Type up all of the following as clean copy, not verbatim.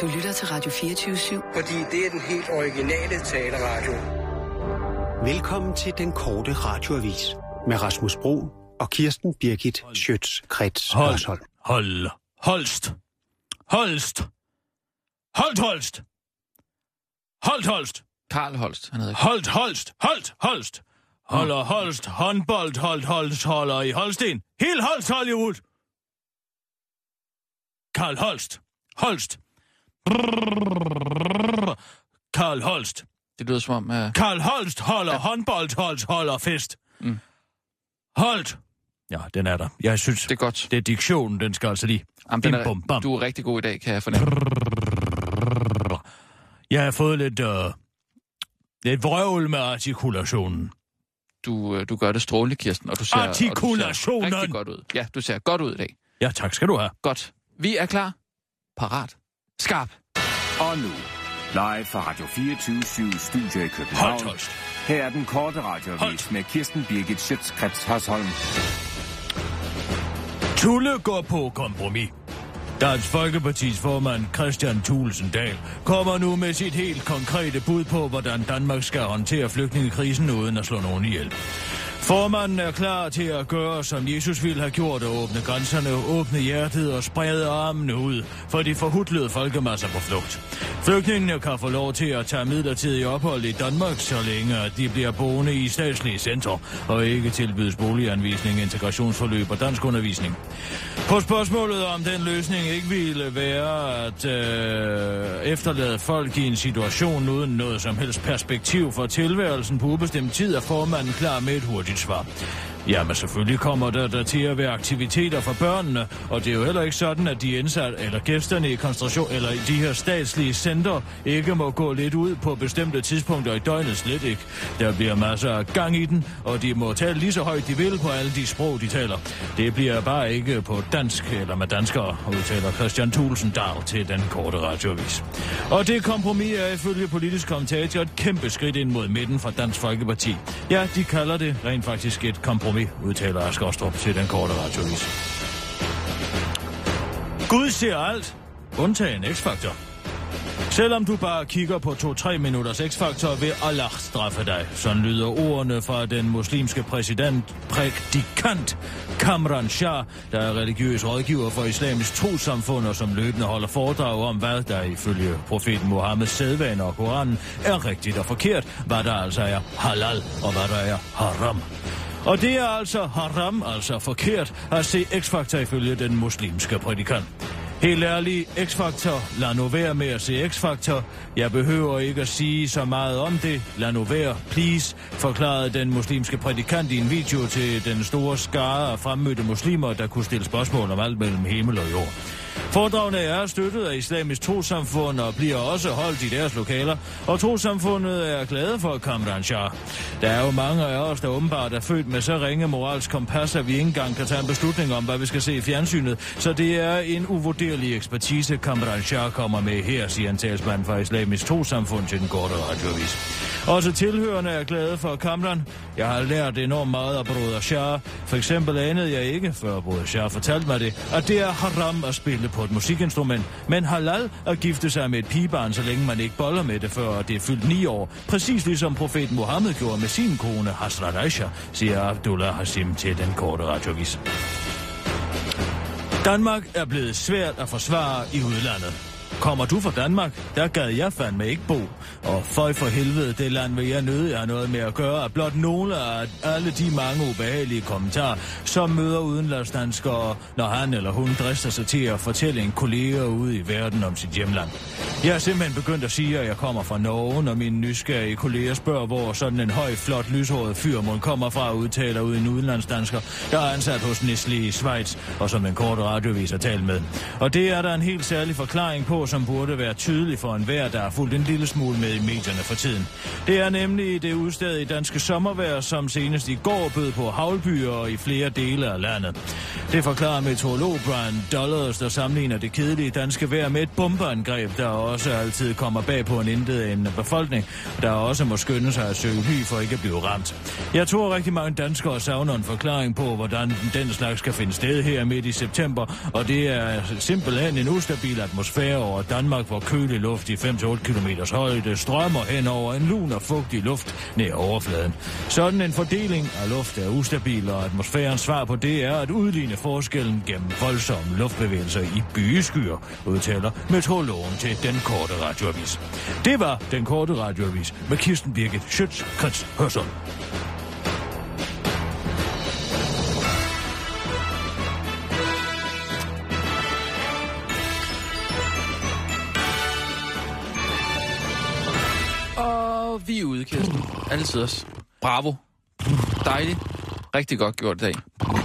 Du lytter til Radio 24/7. Fordi det er den helt originale taleradio. Velkommen til den korte radioavis med Rasmus Bro og Kirsten Birgit Schøtz-Krets Hørsholm. Holst. Karl Holst, han hedder. Holst. Holder Holst, håndbold, holder i Holsten. Helt Holst, Hollywood. Karl Holst. Karl Holst. Det lyder som om... Karl Holst holder håndbold, holder fest. Mm. Holdt. Ja, den er der. Jeg synes, det er godt. Det er diktionen, den skal altså lige... Jamen, du er rigtig god i dag, kan jeg fornemme. Jeg har fået lidt vrøvl med artikulationen. Du gør det strålende, Kirsten, og du ser rigtig godt ud. Ja, du ser godt ud i dag. Ja, tak skal du have. Godt. Vi er klar. Parat. Skarp. Og nu, live fra Radio 24/7 Studio i København. Holst. Her er den korte radioavis med Kirsten Birgit Schøtz-Krets Hørsholm. Tulle går på kompromis. Dansk Folkepartis formand Kristian Thulesen Dahl kommer nu med sit helt konkrete bud på, hvordan Danmark skal håndtere flygtningekrisen uden at slå nogen ihjel. Formanden er klar til at gøre, som Jesus ville have gjort, og åbne grænserne, åbne hjertet og sprede armene ud for de forhutlede folkemasser på flugt. Flygtningene kan få lov til at tage midlertidig ophold i Danmark, så længe de bliver boende i statslige centre, og ikke tilbydes boliganvisning, integrationsforløb og danskundervisning. På spørgsmålet om den løsning ikke ville være at efterlade folk i en situation uden noget som helst perspektiv for tilværelsen på ubestemt tid, er formanden klar med et hurtigt svar. Jamen selvfølgelig kommer der til at være aktiviteter for børnene, og det er jo heller ikke sådan, at de indsatte eller gæsterne i koncentration eller i de her statslige centre ikke må gå lidt ud på bestemte tidspunkter i døgnet, slet ikke. Der bliver masser af gang i den, og de må tale lige så højt de vil på alle de sprog, de taler. Det bliver bare ikke på dansk eller med danskere, udtaler Kristian Thulesen Dahl til den korte radioavis. Og det kompromis er ifølge politisk kommentator et kæmpe skridt ind mod midten fra Dansk Folkeparti. Ja, de kalder det rent faktisk et kompromis, udtaler Asger Ostrup til den korte radioavis. Gud ser alt, undtagen X-Factor. Selvom du bare kigger på 2-3 minutters X-Factor, vil Allah straffe dig. Sådan lyder ordene fra den muslimske prædikant Kamran Shah, der er religiøs rådgiver for islamisk trossamfund, og som løbende holder foredrag om, hvad der ifølge profeten Muhammeds sædvaner og Koranen er rigtigt og forkert, hvad der altså er halal og hvad der er haram. Og det er altså haram, altså forkert, at se X-Factor ifølge den muslimske prædikant. Helt ærligt, X-Factor, lad nu være med at se X-Factor. Jeg behøver ikke at sige så meget om det. Lad nu være, please, forklarede den muslimske prædikant i en video til den store skare af fremmødte muslimer, der kunne stille spørgsmål om alt mellem himmel og jord. Foredragene er støttet af islamisk trossamfund og bliver også holdt i deres lokaler, og trossamfundet er glade for Kamran Shah. Der er jo mange af os, der åbenbart er født med så ringe moralsk kompas, at vi ikke engang kan tage en beslutning om, hvad vi skal se i fjernsynet, så det er en uvurderlig ekspertise, Kamran Shah kommer med her, siger en talsmand fra islamisk trossamfund til den korte radioavis. Også tilhørende er glade for Kamran. Jeg har lært enormt meget af Broder Shah. For eksempel anede jeg ikke, før Broder Shah fortalte mig det, at det er haram at spille på et musikinstrument, men halal at gifte sig med et pigebarn, så længe man ikke boller med det, før det er fyldt 9 år. Præcis ligesom profeten Muhammed gjorde med sin kone Hazrat Aisha, siger Abdullah Hashim til den korte radioavis. Danmark er blevet svært at forsvare i udlandet. Kommer du fra Danmark? Der gad jeg fandme ikke bo. Og føj for helvede, det land vil jeg nødig have noget med at gøre. Blot nogle af alle de mange ubehagelige kommentarer, som møder udenlandsdanskere, når han eller hun drister sig til at fortælle en kollega ude i verden om sit hjemland. Jeg er simpelthen begyndt at sige, at jeg kommer fra Norge, når mine nysgerrige kolleger spørger, hvor sådan en høj, flot, lyshåret fyrmund kommer fra og udtaler ud en udenlandsdansker, der er ansat hos Nestlé i Schweiz, og som den korte radioavis har talt med. Og det er der en helt særlig forklaring på, som burde være tydelig for enhver, der har fulgt en lille smule med i medierne for tiden. Det er nemlig det udstadige danske sommervejr, som senest i går bød på haglbyer i flere dele af landet. Det forklarer meteorolog Brian Dollars, der sammenligner det kedelige danske vejr med et bombeangreb, der også altid kommer bag på en intetanende befolkning, der også må skynde sig at søge ly for ikke at blive ramt. Jeg tror rigtig mange danskere savner en forklaring på, hvordan den slags skal finde sted her midt i september, og det er simpelthen en ustabil atmosfære over Danmark, hvor kølig luft i 5-8 km højde strømmer hen over en lun og fugtig luft nær overfladen. Sådan en fordeling af luft er ustabil, og atmosfærens svar på det er at udligne forskellen gennem voldsomme luftbevægelser i byeskyer, udtaler meteorologen til Den Korte Radioavis. Det var Den Korte Radioavis med Kirsten Birgit Schøtz-Krets Hørsholm. Og vi er ude, Kirsten. Altid os. Bravo. Dejligt. Rigtig godt gjort i dag.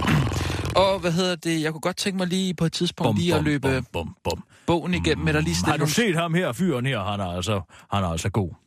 Og hvad hedder det? Jeg kunne godt tænke mig lige på et tidspunkt at løbe bogen igennem med dig lige stille. Har du set ham her, fyren her? Han er altså god.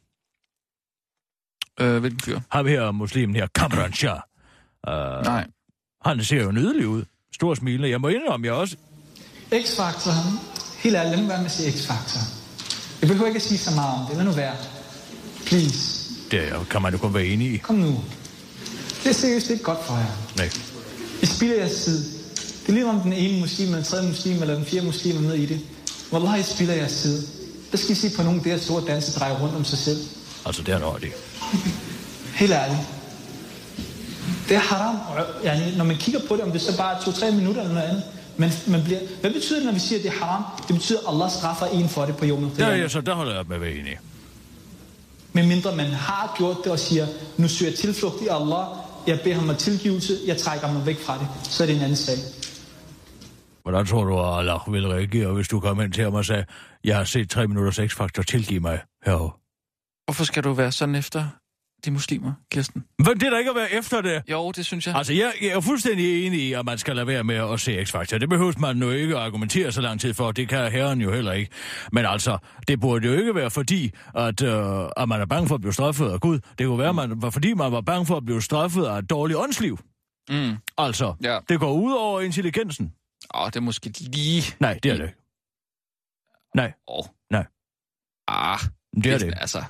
Hvilken fyr? Ham her, muslimen her, Kamran Shah. Nej. Han ser jo nydelig ud. Stor smilende. Jeg må indrømme, jeg også... X-Factor. Helt ærligt, lad nu være med at sige X-Factor. Jeg behøver ikke at sige så meget om det. Lad nu være. Please. Det kan man jo kun være enig i. Kom nu. Det er seriøst ikke godt for jer. Nej. I spilder jeres tid. Det er lige om den ene muslim, eller den tredje muslim, eller den fjerde muslim er med i det. Wallah, I spilder jeres tid. Hvad skal I sige på nogle af de her store danse drejer rundt om sig selv? Altså, det er noget det. Helt ærligt. Det er haram. Ja, når man kigger på det, om det så bare 2-3 minutter eller noget andet. Men man bliver... Hvad betyder det, når vi siger, at det er haram? Det betyder, at Allah straffer en for det på jorden. Ja, så der holder jeg op med at være enig. Men mindre man har gjort det og siger, nu søger jeg tilflugt i Allah, jeg beder ham om tilgivelse, jeg trækker mig væk fra det, så er det en anden sag. Hvordan tror du, at Allah vil reagere, hvis du kommer ind til ham og sagde, jeg har set 3 minutters X-Factor, tilgive mig herovre? Hvorfor skal du være sådan efter de muslimer, Kirsten? Men det er da ikke at være efter det. Jo, det synes jeg. Altså, jeg er fuldstændig enig i, at man skal lade være med at se X-Factor. Det behøver man nu ikke at argumentere så lang tid for. Det kan herren jo heller ikke. Men altså, det burde jo ikke være fordi, at man er bange for at blive straffet af Gud. Det kunne være, at man var fordi man var bange for at blive straffet af et dårligt åndsliv. Altså, ja. Det går ud over intelligensen. Det er måske lige... Nej, det er det ikke. Nej. Nej. Det er det. Altså...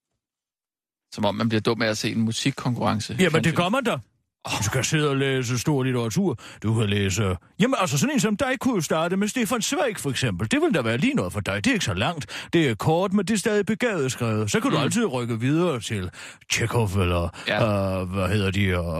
Som om man bliver dum af at se en musikkonkurrence. Jamen, det gør man da. Du kan sidde og læse stor litteratur. Du kan læse... Jamen, altså sådan en som dig kunne jo starte med Stefan Zweig, for eksempel. Det vil da være lige noget for dig. Det er ikke så langt. Det er kort, men det er stadig begavet skrevet. Så kan du altid rykke videre til Tjekov, eller... hvad hedder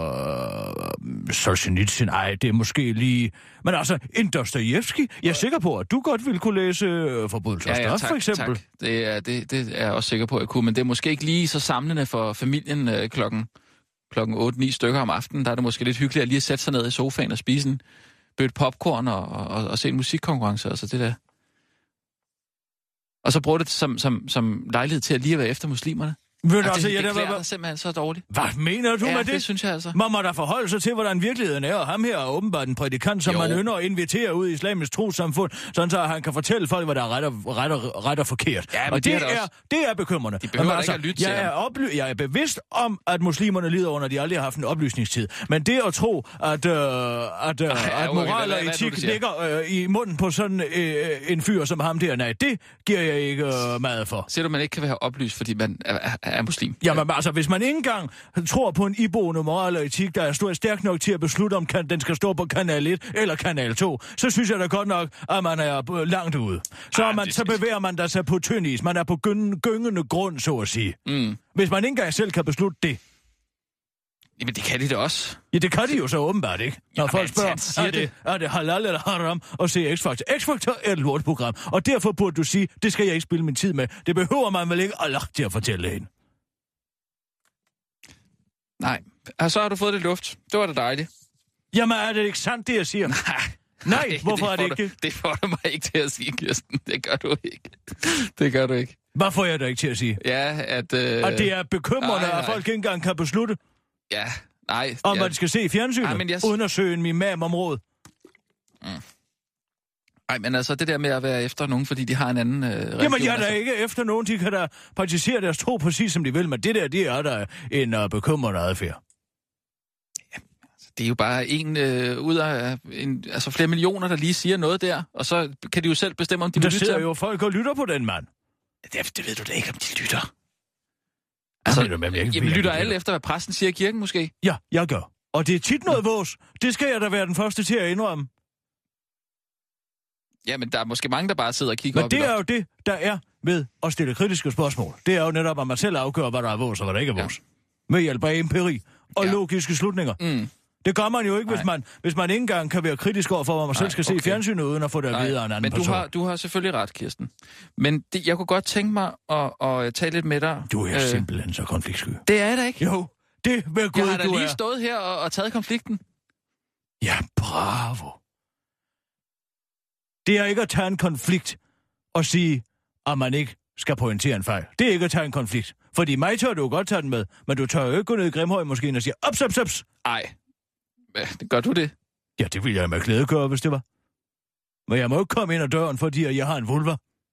de? Solzhenitsyn. Ej, det er måske lige... Men altså, en Dostojevskij. Jeg er sikker på, at du godt ville kunne læse Forbrydelse og straf, for eksempel. Tak. Det er jeg også sikker på, at jeg kunne. Men det er måske ikke lige så samlende for familien klokken 8-9 stykker om aftenen. Der er det måske lidt hyggeligt at lige sætte sig ned i sofaen og spise en bøtte popcorn og se en musikkonkurrence. Altså det der. Og så bruge det som lejlighed til at lige at være efter muslimerne. Det klæder simpelthen så dårligt. Hvad mener du med det? Det synes jeg altså. Man må da forholde sig til, hvordan virkeligheden er, og ham her er åbenbart en prædikant, som man ynder at invitere ud i islamisk trossamfund, sådan så han kan fortælle folk, hvad der er ret og forkert. Ja, og det er bekymrende. De behøver ikke at lytte til jeg er bevidst om, at muslimerne lider under, at de aldrig har haft en oplysningstid. Men det at tro, at moral og etik ligger i munden på sådan en fyr som ham der, nej, det giver jeg ikke meget for. Ser du, man ikke kan være oplyst, fordi man er muslim? Jamen altså, hvis man ikke engang tror på en iboende moral og etik, der er stærk nok til at beslutte, om den skal stå på kanal 1 eller kanal 2, så synes jeg da godt nok, at man er langt ude. Så bevæger man sig på tynd is. Man er på gyngende grund, så at sige. Hvis man ikke engang selv kan beslutte det. Jamen, det kan de da også. Ja, det kan de jo så åbenbart ikke. Når folk spørger, er det halal eller haram at se X-Factor? X-Factor er et lortprogram, og derfor burde du sige, det skal jeg ikke spille min tid med. Det behøver man vel ikke til at fortælle hende. Nej, og så har du fået lidt luft. Det var da dejligt. Jamen, er det ikke sandt, det jeg siger? Nej, hvorfor er det ikke det? Det får du mig ikke til at sige, Kirsten. Det gør du ikke. Hvad får jeg da ikke til at sige? Ja, at... Og det er bekymrende, at folk ikke engang kan beslutte. Ja, nej. Om man skal se i fjernsynet, uden at søge en imamområde. Nej, men altså det der med at være efter nogen, fordi de har en anden religion... Jamen, jeg er da ikke efter nogen. De kan da praktisere deres tro præcis, som de vil, men det er der en bekymrende adfærd. Ja, altså, det er jo bare en ud af flere millioner, der lige siger noget der, og så kan de jo selv bestemme, om de vil lytte. Der sidder jo folk og lytter på den mand. Det ved du da ikke, om de lytter. Altså, jamen, lytter alle efter, hvad præsten siger i kirken, måske? Ja, jeg gør. Og det er tit noget vås. Det skal jeg da være den første til at indrømme. Ja, men der er måske mange, der bare sidder og kigger op. Men det er jo det, der er ved at stille kritiske spørgsmål. Det er jo netop, at man selv afgør, hvad der er vores og hvad der ikke er vores. Ja. Med hjælp af empiri og logiske slutninger. Mm. Det gør man jo ikke, hvis man ikke engang kan være kritisk over for, hvad man selv skal se i fjernsynet, uden at få det at vide af en anden person. Men du har selvfølgelig ret, Kirsten. Men jeg kunne godt tænke mig at tale lidt med dig. Du er simpelthen så konfliktsky. Det er jeg da ikke. Jo, det ved Gud, jeg har da lige stået her og taget konflikten. Ja, bravo. Det er ikke at tage en konflikt og sige, at man ikke skal pointere en fejl. Det er ikke at tage en konflikt. Fordi mig tør du godt tage den med, men du tør jo ikke gå ned i Grimhøj-moskeen og sige, ops. Ej, gør du det? Ja, det ville jeg med glæde gøre, hvis det var. Men jeg må ikke komme ind ad døren, fordi jeg har en vulva.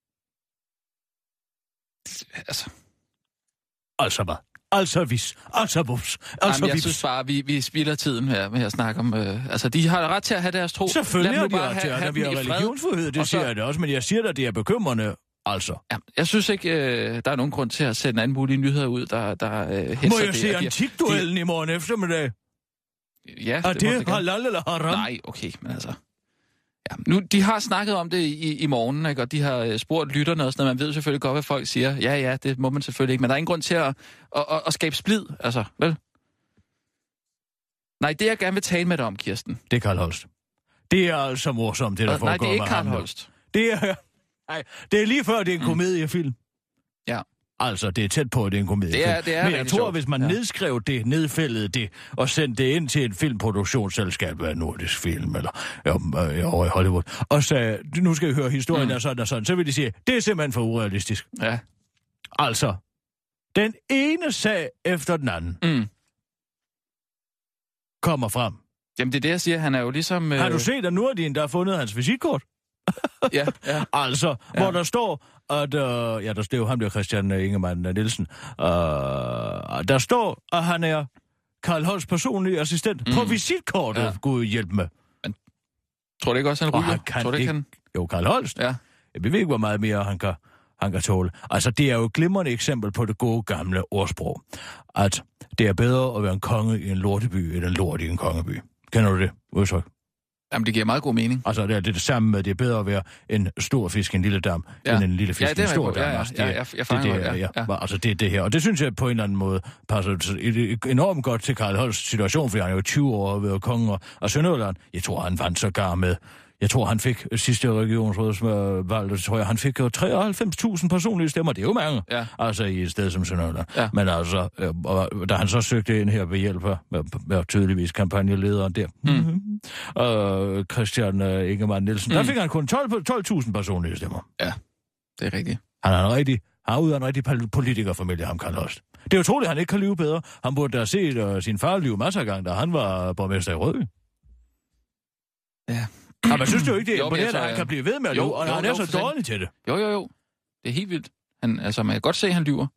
Altså hvad? Altså vis. Altså vups. Altså jeg synes bare, vi spilder tiden her med at snakke om... de har ret til at have deres tro. Selvfølgelig har de ret til at have, vi har religionsfrihed, det siger jeg det også, men jeg siger da, det er bekymrende. Altså. Ja, jeg synes ikke, der er nogen grund til at sende alle mulige nyheder ud, der hetser. Må jeg se antikduellen i morgen eftermiddag? Ja, er det halal eller haram? Nej, okay, men altså... Ja, nu, de har snakket om det i morgen, ikke? Og de har spurgt lytterne og sådan noget. Man ved selvfølgelig godt, hvad folk siger. Ja, det må man selvfølgelig ikke. Men der er ingen grund til at skabe splid, altså, vel? Nej, det jeg gerne vil tale med dig om, Kirsten. Det er Carl Holst. Det er altså morsomt, det der foregår. Nej, det er ikke Carl Holst. Det er lige før, det er en komediefilm. Ja. Altså, det er tæt på, at det er en komediefilm. Det er men jeg tror, hvis man nedskrev det, nedfældede det, og sendte det ind til et filmproduktionsselskab af Nordisk Film, eller over i Hollywood, og sagde, nu skal I høre historien af sådan og sådan, så vil de sige, det er simpelthen for urealistisk. Ja. Altså, den ene sag efter den anden kommer frem. Jamen, det er det, jeg siger. Han er jo ligesom... Har du set, at Nordin, der har fundet hans visitkort? Ja. Altså, hvor der står, at... der står jo ham der Christian Ingemann Nielsen. Der står, at han er Carl Holsts personlige assistent på visitkortet. Ja. Gud hjælp med. Men, tror du ikke også, han ryger? Tror du ikke, han... Jo, Carl Holst. Ja. Jeg ved ikke, hvor meget mere han kan tåle. Altså, det er jo et glimrende eksempel på det gode gamle ordsprog. At det er bedre at være en konge i en lorteby, end en lort i en kongeby. Kender du det udtryk? Jamen, det giver meget god mening. Altså, det er det samme med, det er bedre at være en stor fisk i en lille dam, end en lille fisk i en stor dam. Jeg fanger det. Altså, det er det her. Og det synes jeg på en eller anden måde passer enormt godt til Carl Holsts situation, fordi han er jo 20 år ved konge og Sønderjylland. Jeg tror, han vandt sågar med... Jeg tror, han fik sidste regionsrådsvalg, tror jeg, han fik jo 93.000 personlige stemmer. Det er jo mange, altså i et sted som Sønderjylland. Ja. Men altså, da han så søgte ind her ved hjælp af tydeligvis kampagnelederen der, Christian Ingemann Nielsen, der fik han kun 12.000 personlige stemmer. Ja, det er rigtigt. Han er ud af en rigtig politikerfamilie, ham Carl Holst. Det er utroligt, at han ikke kan lyve bedre. Han burde da have set sin far lyve masser af gange, da han var borgmester i Rødby. Ja. Ja, man synes jo ikke, det er imponerende, at han kan blive ved med at lyve, og han er så dårlig til det. Jo. Det er helt vildt. Man kan godt se, at han lyver.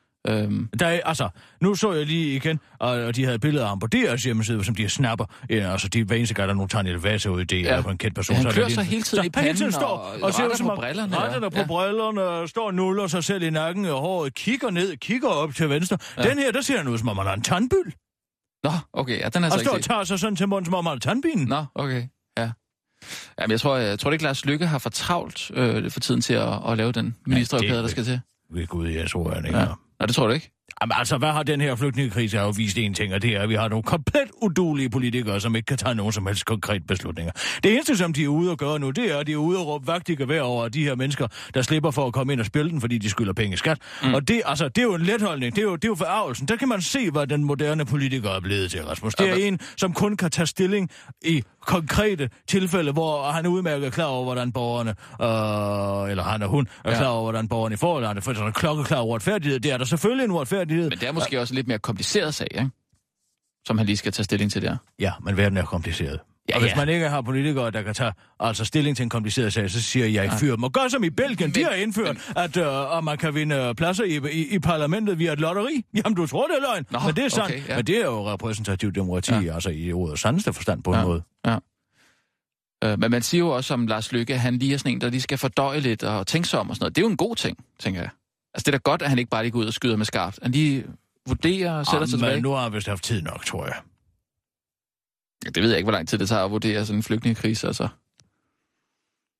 Nu så jeg lige igen, og de havde billeder af ham på deres hjemmeside, som de snapper. Altså, de hver eneste gang, der nu tager en elevase ud i det, eller på en kendt person. Han klør sig hele tiden i panden og ser retter på brillerne. Retter på brillerne, står og nuller sig selv i nakken og håret, kigger ned, kigger op til venstre. Ja. Den her, der ser han ud, som om han har en tandbyld. Nå, okay. Ja, den er så og står og tager sig sådan til munden, som om han har tandbinen. Nå, okay. Ja. Jamen, jeg tror ikke, Lars Løkke har for travlt for tiden til at lave den ministeropgave, der skal til. Ved Gud, jeg tror han ikke. Ja. Nej, det tror du ikke? Jamen, altså, hvad har den her flygtningekrise jo vist en ting, og det er, at vi har nogle komplet uduelige politikere, som ikke kan tage nogen som helst konkrete beslutninger. Det eneste, som de er ude at gøre nu, det er, at de er ude og råbe vagt i gevær over de her mennesker, der slipper for at komme ind og spille den, fordi de skylder penge i skat. Og det er jo en letholdning, det er jo forarvelsen. Der kan man se, hvad den moderne politiker er blevet til, Rasmus. Det er en, som kun kan tage stilling i konkrete tilfælde, hvor han er udmærket klar over, hvordan borgerne, eller han og hun, er klar over, hvordan borgerne i forholdet, for sådan en klokkeklar uretfærdighed. Det er der selvfølgelig en uretfærdighed. Men det er måske også en lidt mere kompliceret sag, ikke? Som han lige skal tage stilling til der. Ja, men verden er kompliceret. Og hvis man ikke har politikere, der kan tage stilling til en kompliceret sag, så siger jeg, fyr dem. Og gør som i Belgien, de har indført, at man kan vinde pladser i parlamentet via et lotteri. Jamen, du tror, det er løgn. Nå, men det er sandt. Okay, ja. Men det er jo repræsentativ demokrati, altså i ordets sandeste forstand på en måde. Ja. Men man siger jo også om Lars Løkke, han lige er sådan en, der lige skal fordøje lidt og tænke sig om og sådan noget. Det er jo en god ting, tænker jeg. Altså, det er da godt, at han ikke bare lige går ud og skyder med skarpt. Han lige vurderer og sætter sig tilbage. Men nu har han vist haft tid nok, tror jeg. Ja, det ved jeg ikke, hvor lang tid det tager at vurdere sådan en flygtningekrise, altså.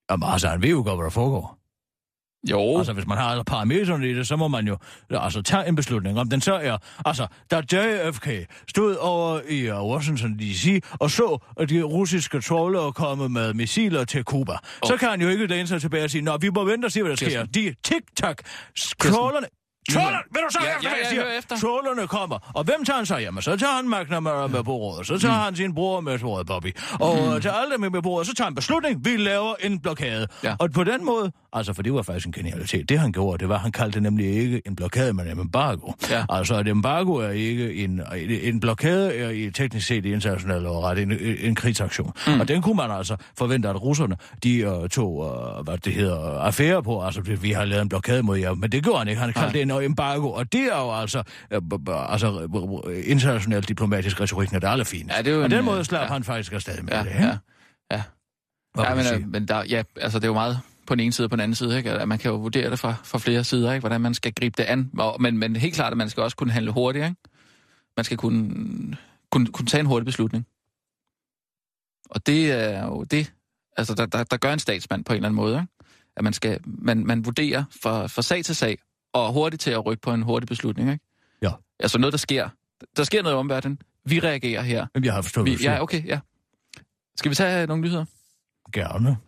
Jamen altså, han ved jo godt, hvad der foregår. Jo. Altså, hvis man har alle parametrene i det, så må man jo tage en beslutning om den så er. Altså, da JFK stod over i Washington D.C. og så de russiske trawlere komme med missiler til Cuba, så kan han jo ikke læne sig tilbage og sige, nå, vi må vente og se, hvad der sker. De tic-tac, trawlerne... Vil du så efter? Trålerne kommer. Og hvem tager han så? Jamen, så tager han McNamara med på rådet. Så tager han sin bror med på rådet, Bobby. Og til alle med på rådet, så tager han beslutning. Vi laver en blokade. Ja. Og på den måde, altså, for det var faktisk en genialitet. Det han gjorde, det var, han kaldte nemlig ikke en blokade, men en embargo. Ja. Altså, et embargo er ikke en blokade, er i teknisk set i international ret en krigsaktion. Og den kunne man altså forvente, at russerne, de tog, affære på. Altså, vi har lavet en blokade mod jer. Men det gjorde han ikke. Han kaldte det en embargo, og det er jo altså international diplomatisk retorik, når det er alle fint. Ja, og den måde slap han faktisk afsted med det, men altså det er jo meget på den ene side og på den anden side, ikke? At man kan jo vurdere det fra flere sider, ikke? Hvordan man skal gribe det an. Men helt klart, at man skal også kunne handle hurtigt, ikke? Man skal kunne tage en hurtig beslutning. Og det er jo det, altså der gør en statsmand på en eller anden måde, ikke? At man vurderer fra sag til sag, og hurtigt til at rykke på en hurtig beslutning, ikke? Ja. Altså noget, der sker. Der sker noget i omverdenen. Vi reagerer her. Jamen, jeg har forstået. Ja, okay, ja. Skal vi tage nogle nyheder? Gerne.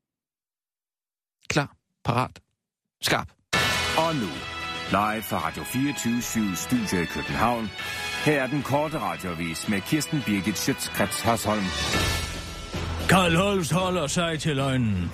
Klar, parat, skarp. Og nu, live fra Radio 24/7 Studio i København. Her er den korte radioavis med Kirsten Birgit Schøtz-Krets Hørsholm. Carl Holst holder sig til løgnen.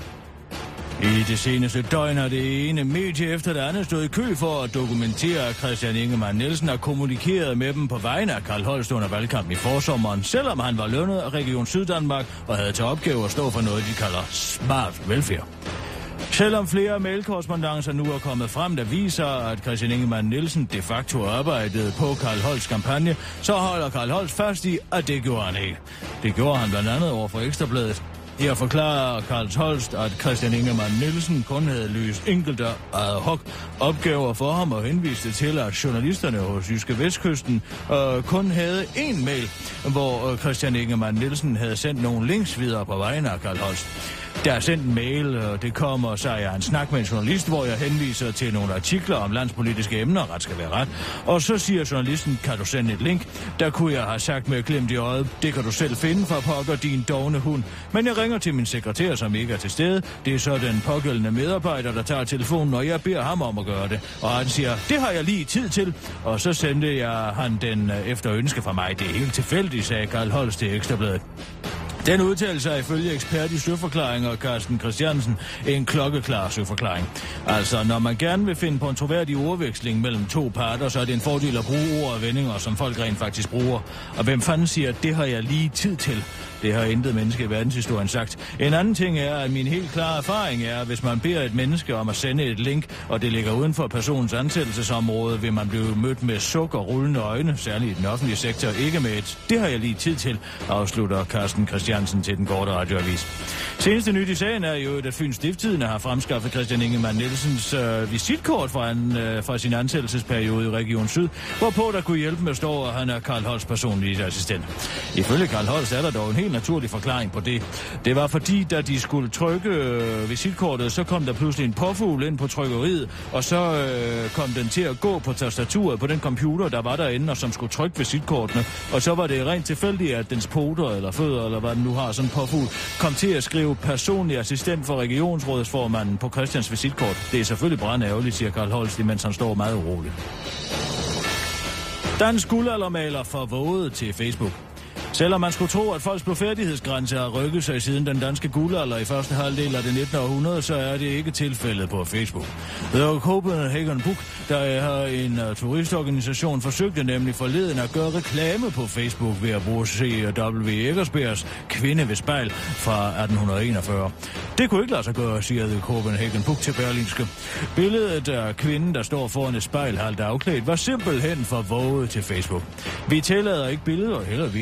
I det seneste døgn har det ene medie efter det andet stået i kø for at dokumentere, at Christian Ingemann Nielsen har kommunikeret med dem på vegne af Carl Holst under valgkampen i forsommeren, selvom han var lønnet af Region Syddanmark og havde til opgave at stå for noget, de kalder smart velfærd. Selvom flere mailkorrespondancer nu er kommet frem, der viser, at Christian Ingemann Nielsen de facto arbejdede på Carl Holsts kampagne, så holder Carl Holst fast i, at det gjorde han ikke. Det gjorde han blandt andet over for Ekstrabladet. Her forklarer Carl Holst, at Christian Ingemann Nielsen kun havde løst enkelte ad hoc opgaver for ham og henviste til, at journalisterne hos Jyske Vestkysten kun havde én mail, hvor Christian Ingemann Nielsen havde sendt nogle links videre på vegne af Carl Holst. Der er sendt en mail, og det kommer sig af en snak med en journalist, hvor jeg henviser til nogle artikler om landspolitiske emner, ret skal være ret. Og så siger journalisten, kan du sende et link? Der kunne jeg have sagt med glimt i øjet, det kan du selv finde for pokker din dovne hund. Men jeg ringer til min sekretær, som ikke er til stede. Det er så den pågældende medarbejder, der tager telefonen, og jeg beder ham om at gøre det. Og han siger, det har jeg lige tid til. Og så sendte jeg han den efter ønske fra mig. Det er helt tilfældigt, sagde Carl Holst til Ekstrabladet. Den udtalelse er ifølge ekspert i søforklaringer Carsten Christiansen en klokkeklar søforklaring. Altså, når man gerne vil finde på en troværdig ordveksling mellem to parter, så er det en fordel at bruge ord og vendinger, som folk rent faktisk bruger. Og hvem fanden siger, at det har jeg lige tid til? Det har intet menneske i verdenshistorien sagt. En anden ting er, at min helt klare erfaring er, at hvis man beder et menneske om at sende et link, og det ligger uden for personens ansættelsesområde, vil man blive mødt med suk og rullende øjne, særligt i den offentlige sektor, ikke med et. Det har jeg lige tid til, afslutter Carsten Christiansen til den korte radioavis. Seneste nyt i sagen er jo, at Fyns Stiftstidende har fremskaffet Christian Ingemann Nielsens visitkort fra sin ansættelsesperiode i Region Syd, hvorpå der kunne hjælpe med at stå, at han er Carl Holsts personlige assistent. Ifølge Carl Holst er der dog en helt naturlig forklaring på det. Det var fordi, da de skulle trykke visitkortet, så kom der pludselig en påfugl ind på trykkeriet, og så kom den til at gå på tastaturet på den computer, der var derinde, og som skulle trykke visitkortene. Og så var det rent tilfældigt, at dens poter eller fødder, eller hvad den nu har, sådan en påfugl, kom til at skrive personlig assistent for regionsrådsformanden på Christians visitkort. Det er selvfølgelig brandærgerligt, siger Carl Holst, mens han står meget uroligt. Dansk guldaldermaler får våget til Facebook. Selvom man skulle tro, at folks blufærdighedsgrænse har rykket sig siden den danske guldalder i første halvdel af det 19. århundrede, så er det ikke tilfældet på Facebook. The Copenhagen Book, der er en turistorganisation, forsøgte nemlig forleden at gøre reklame på Facebook ved at bruge C.W. Eckersbergs Kvinde ved spejl fra 1841. Det kunne ikke lade sig gøre, siger The Copenhagen Book til Berlingske. Billedet af kvinden, der står foran et spejl halvt afklædt, var simpelthen for våget til Facebook. Vi tillader ikke billeder eller videoer,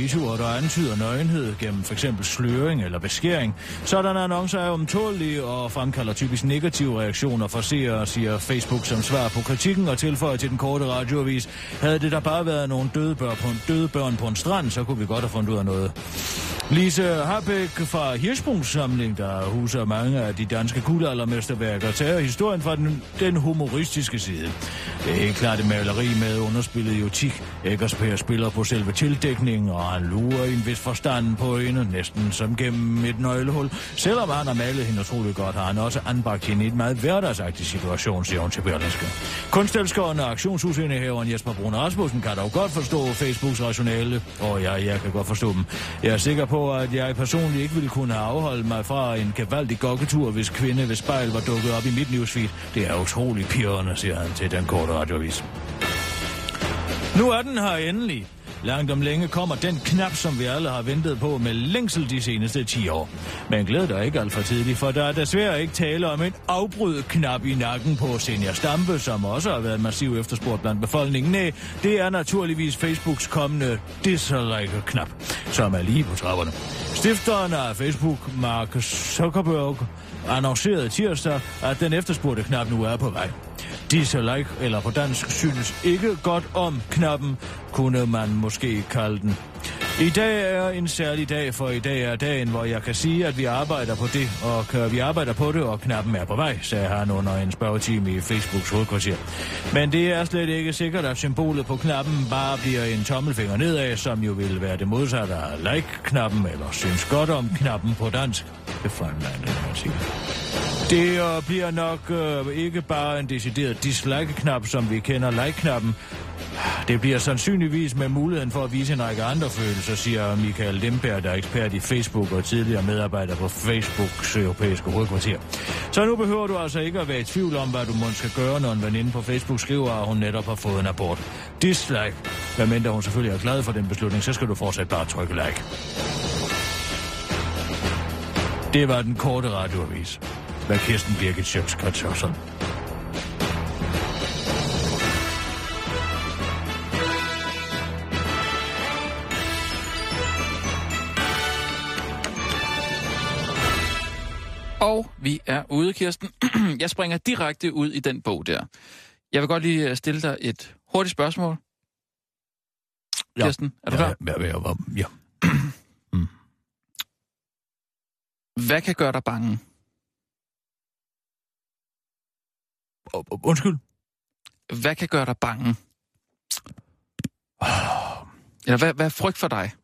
og antyder nøgenhed gennem f.eks. sløring eller beskæring. Sådanne annoncer er umtålige og fremkalder typisk negative reaktioner fra seere, siger Facebook som svar på kritikken og tilføjer til den korte radioavis. Havde det der bare været nogle døde børn på en strand, så kunne vi godt have fundet ud af noget. Lise Habæk fra Hirschsprungssamling, der huser mange af de danske guldaldermesterværker, tager historien fra den humoristiske side. Det er helt klart et maleri med underspillet erotik. Eggersberg spiller på selve tildækningen, og han lurer i en vis forstand på hende, næsten som gennem et nøglehul. Selvom han har malet hende utroligt godt, har han også anbragt hende i et meget hverdagsagtig situation, siger hun til Berlingske. Kunstelskeren og aktionshusindehaveren Jesper Brun Rasmussen kan dog godt forstå Facebooks rationale, og jeg kan godt forstå dem. Jeg er sikker på, at jeg personligt ikke ville kunne afholde mig fra en gevaldig gokketur, hvis kvinde ved spejl var dukket op i mit newsfeed. Det er utroligt pirrende, siger han til den korte radioavis. Nu er den her endelig. Langt om længe kommer den knap, som vi alle har ventet på med længsel de seneste 10 år. Men glæd dig ikke alt for tidligt, for der er desværre ikke tale om en afbrydknap i nakken på Senior Stampe, som også har været massiv efterspurgt blandt befolkningen. Nej, det er naturligvis Facebooks kommende dislike-knap, som er lige på trapperne. Stifteren af Facebook, Mark Zuckerberg, annoncerede tirsdag, at den efterspurgte knap nu er på vej. Dislike, eller på dansk synes ikke godt om knappen, kunne man måske kalde den. I dag er en særlig dag, for i dag er dagen, hvor jeg kan sige, at vi arbejder på det, og knappen er på vej, sagde han under en spørgetime i Facebooks hovedkvarter. Men det er slet ikke sikkert, at symbolet på knappen bare bliver en tommelfinger nedad, som jo vil være det modsatte af like-knappen, eller synes godt om knappen på dansk. Det bliver nok ikke bare en decideret dislike-knap, som vi kender like-knappen. Det bliver sandsynligvis med muligheden for at vise en række andre følelser, siger Michael Lemberg, der er ekspert i Facebook og tidligere medarbejder på Facebooks europæiske hovedkvarter. Så nu behøver du altså ikke at være i tvivl om, hvad du måske skal gøre, når en veninde på Facebook skriver, at hun netop har fået en abort. Dislike. Hvad mindre hun selvfølgelig er glad for den beslutning, så skal du fortsat bare trykke like. Det var den korte radioavis. Hvad Kirsten Birgit Schøtz-Krets. Og vi er ude, Kirsten. Jeg springer direkte ud i den bog der. Jeg vil godt lige stille dig et hurtigt spørgsmål. Ja. Kirsten, er du klar? Ja. Hvad kan gøre dig bange? Undskyld? Hvad kan gøre dig bange? Eller hvad er frygt for dig?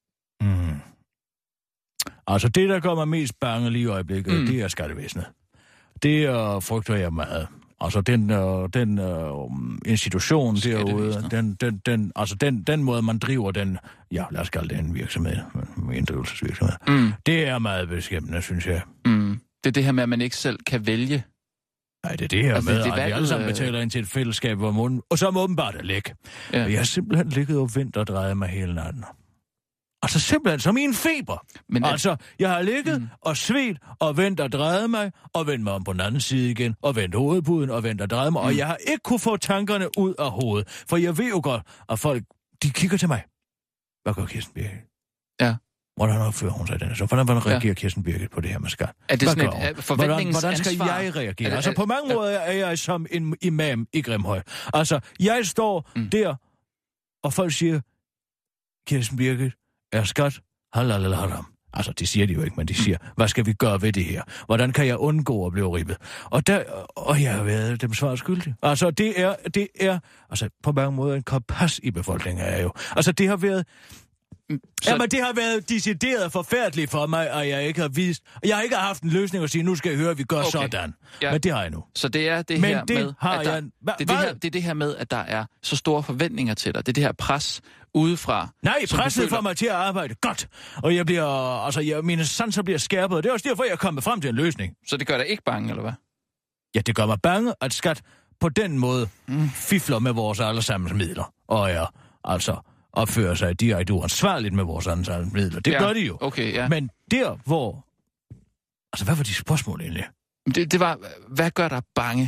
Altså, det, der gør mig mest bange lige i øjeblikket, det er skattevæsenet. Det frygter jeg meget. Altså, den institution derude, den måde, man driver den, ja, lad os kalde det en virksomhed, en inddrivelsesvirksomhed. Det er meget beskæmmende, synes jeg. Det er det her med, at man ikke selv kan vælge. Nej, det er det her altså, med, at vi alle sammen betaler ind til et fællesskab, hvor munden, og så må åbenbart er læk. Ja. Og jeg har simpelthen ligget og ventet og drejet mig hele natten. Altså simpelthen som i en feber. Men altså, jeg har ligget og svedt og ventet og drejet mig, og vendt mig om på den anden side igen, og vendt hovedpuden og vendt og drejet mig, og jeg har ikke kunne få tankerne ud af hovedet. For jeg ved jo godt, at folk, de kigger til mig. Hvad gør Kirsten Birgit? Ja. Hvordan opfører hun sig i den? Så hvordan reagerer Kirsten Birgit på det her med skat? Er det sådan et forventningens hvordan skal ansvar? jeg reagere? Altså på mange måder er jeg som en imam i Grimhøj. Altså, jeg står der, og folk siger, Kirsten Birgit, er skat halal eller haram? Altså, det siger de jo ikke, men de siger, hvad skal vi gøre ved det her? Hvordan kan jeg undgå at blive ribbet? Og jeg har været dem svar skyldig. Altså, det er altså, på mange måder en kompas i befolkningen er jo. Altså, det har været... Jamen, det har været decideret forfærdeligt for mig, og jeg ikke har vist... Jeg har ikke haft en løsning at sige, nu skal jeg høre, at vi gør sådan. Ja. Men det har jeg nu. Så det er det her med... Det er det her med, at der er så store forventninger til dig. Det er det her pres udefra. Nej, presset får mig til at arbejde godt. Og jeg bliver... Altså, mine sanser bliver skærpet, og det er også derfor, jeg er kommet frem til en løsning. Så det gør dig ikke bange, eller hvad? Ja, det gør mig bange, at skat på den måde fifler med vores allesammens midler. Og ja, altså... opfører sig direkte uansvarligt med vores ansatte midler. Det gør de jo. Okay, ja. Men der, hvor... Altså, hvad var de spørgsmål egentlig? Det var, hvad gør dig bange?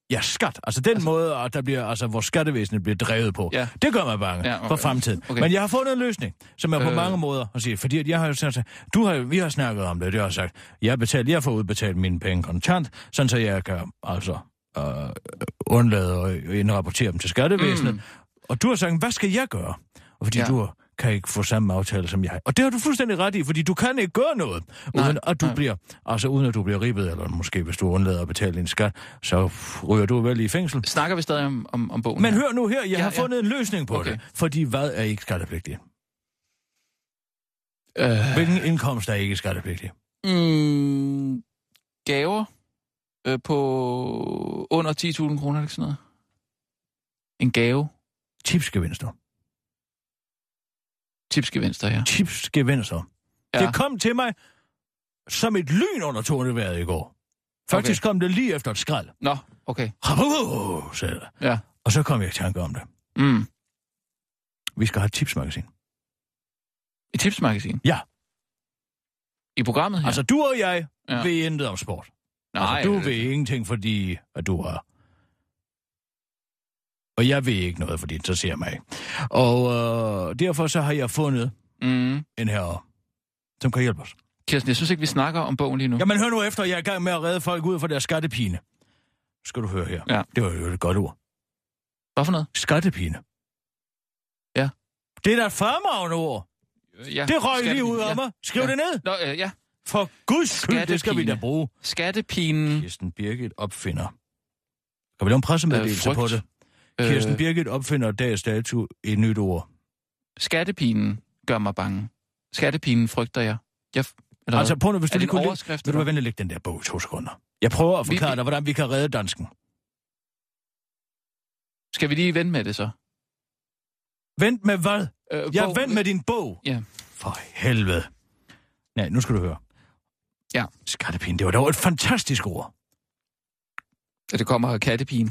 Ja, skat. Altså den måde, at der bliver, altså, hvor skattevæsenet bliver drevet på. Ja. Det gør mig bange for fremtiden. Okay. Men jeg har fundet en løsning, som er på mange måder at sige. Fordi jeg har jo sagt, vi har snakket om det, jeg har sagt, jeg får udbetalt mine penge kontant, sådan så jeg kan altså undlade at indrapportere dem til skattevæsenet. Og du har sagt, hvad skal jeg gøre? Og fordi du kan ikke få samme aftale som jeg. Og det har du fuldstændig ret i, fordi du kan ikke gøre noget, uden at du bliver ribbet, eller måske hvis du undlader at betale din skat, så ryger du vel i fængsel. Snakker vi stadig om bogen? Men hør nu her, jeg har fundet en løsning på det, fordi hvad er ikke skattepligtig? Hvilken indkomst er ikke skattepligtig? Gaver på under 10.000 kroner, ikke sådan noget? En gave? Tipsgevinster. Tipsgevinster, ja. Tipsgevinster. Ja. Det kom til mig som et lyn under tordenvejret i går. Faktisk kom det lige efter et skrald. Nå, okay. Sagde det. Ja. Og så kom jeg i tanke om det. Vi skal have et tipsmagasin. Et tipsmagasin? Ja. I programmet her? Altså, du og jeg ved intet om sport. Nej. Altså, du ved ingenting, fordi at du har... Og jeg ved ikke noget, fordi det interesserer mig. Og derfor så har jeg fundet en herre, som kan hjælpe os. Kirsten, jeg synes ikke, vi snakker om bogen lige nu. Jamen hør nu efter, jeg er i gang med at redde folk ud fra deres skattepine. Skal du høre her. Ja. Det var jo et godt ord. Hvad for noget? Skattepine. Ja. Det er da et fremragende ord. Ja. Det røg lige ud af mig. Skriv det ned. Nå, ja. For guds skyld, det skal vi da bruge. Skattepinen. Kirsten Birgit opfinder. Kan vi lave en pressemeddelelse på det? Kirsten Birgit opfinder dags dato et nyt ord. Skattepinen gør mig bange. Skattepinen frygter jeg. Altså, prøv nu, hvis du lige kunne vil du være venlig at lægge den der bog i 2 sekunder. Jeg prøver at forklare dig, hvordan vi kan redde dansken. Skal vi lige vente med det så? Vent med hvad? Vent med din bog. Ja. For helvede. Nej, nu skal du høre. Ja. Skattepine, det var dog et fantastisk ord. Ja, det kommer af kattepine.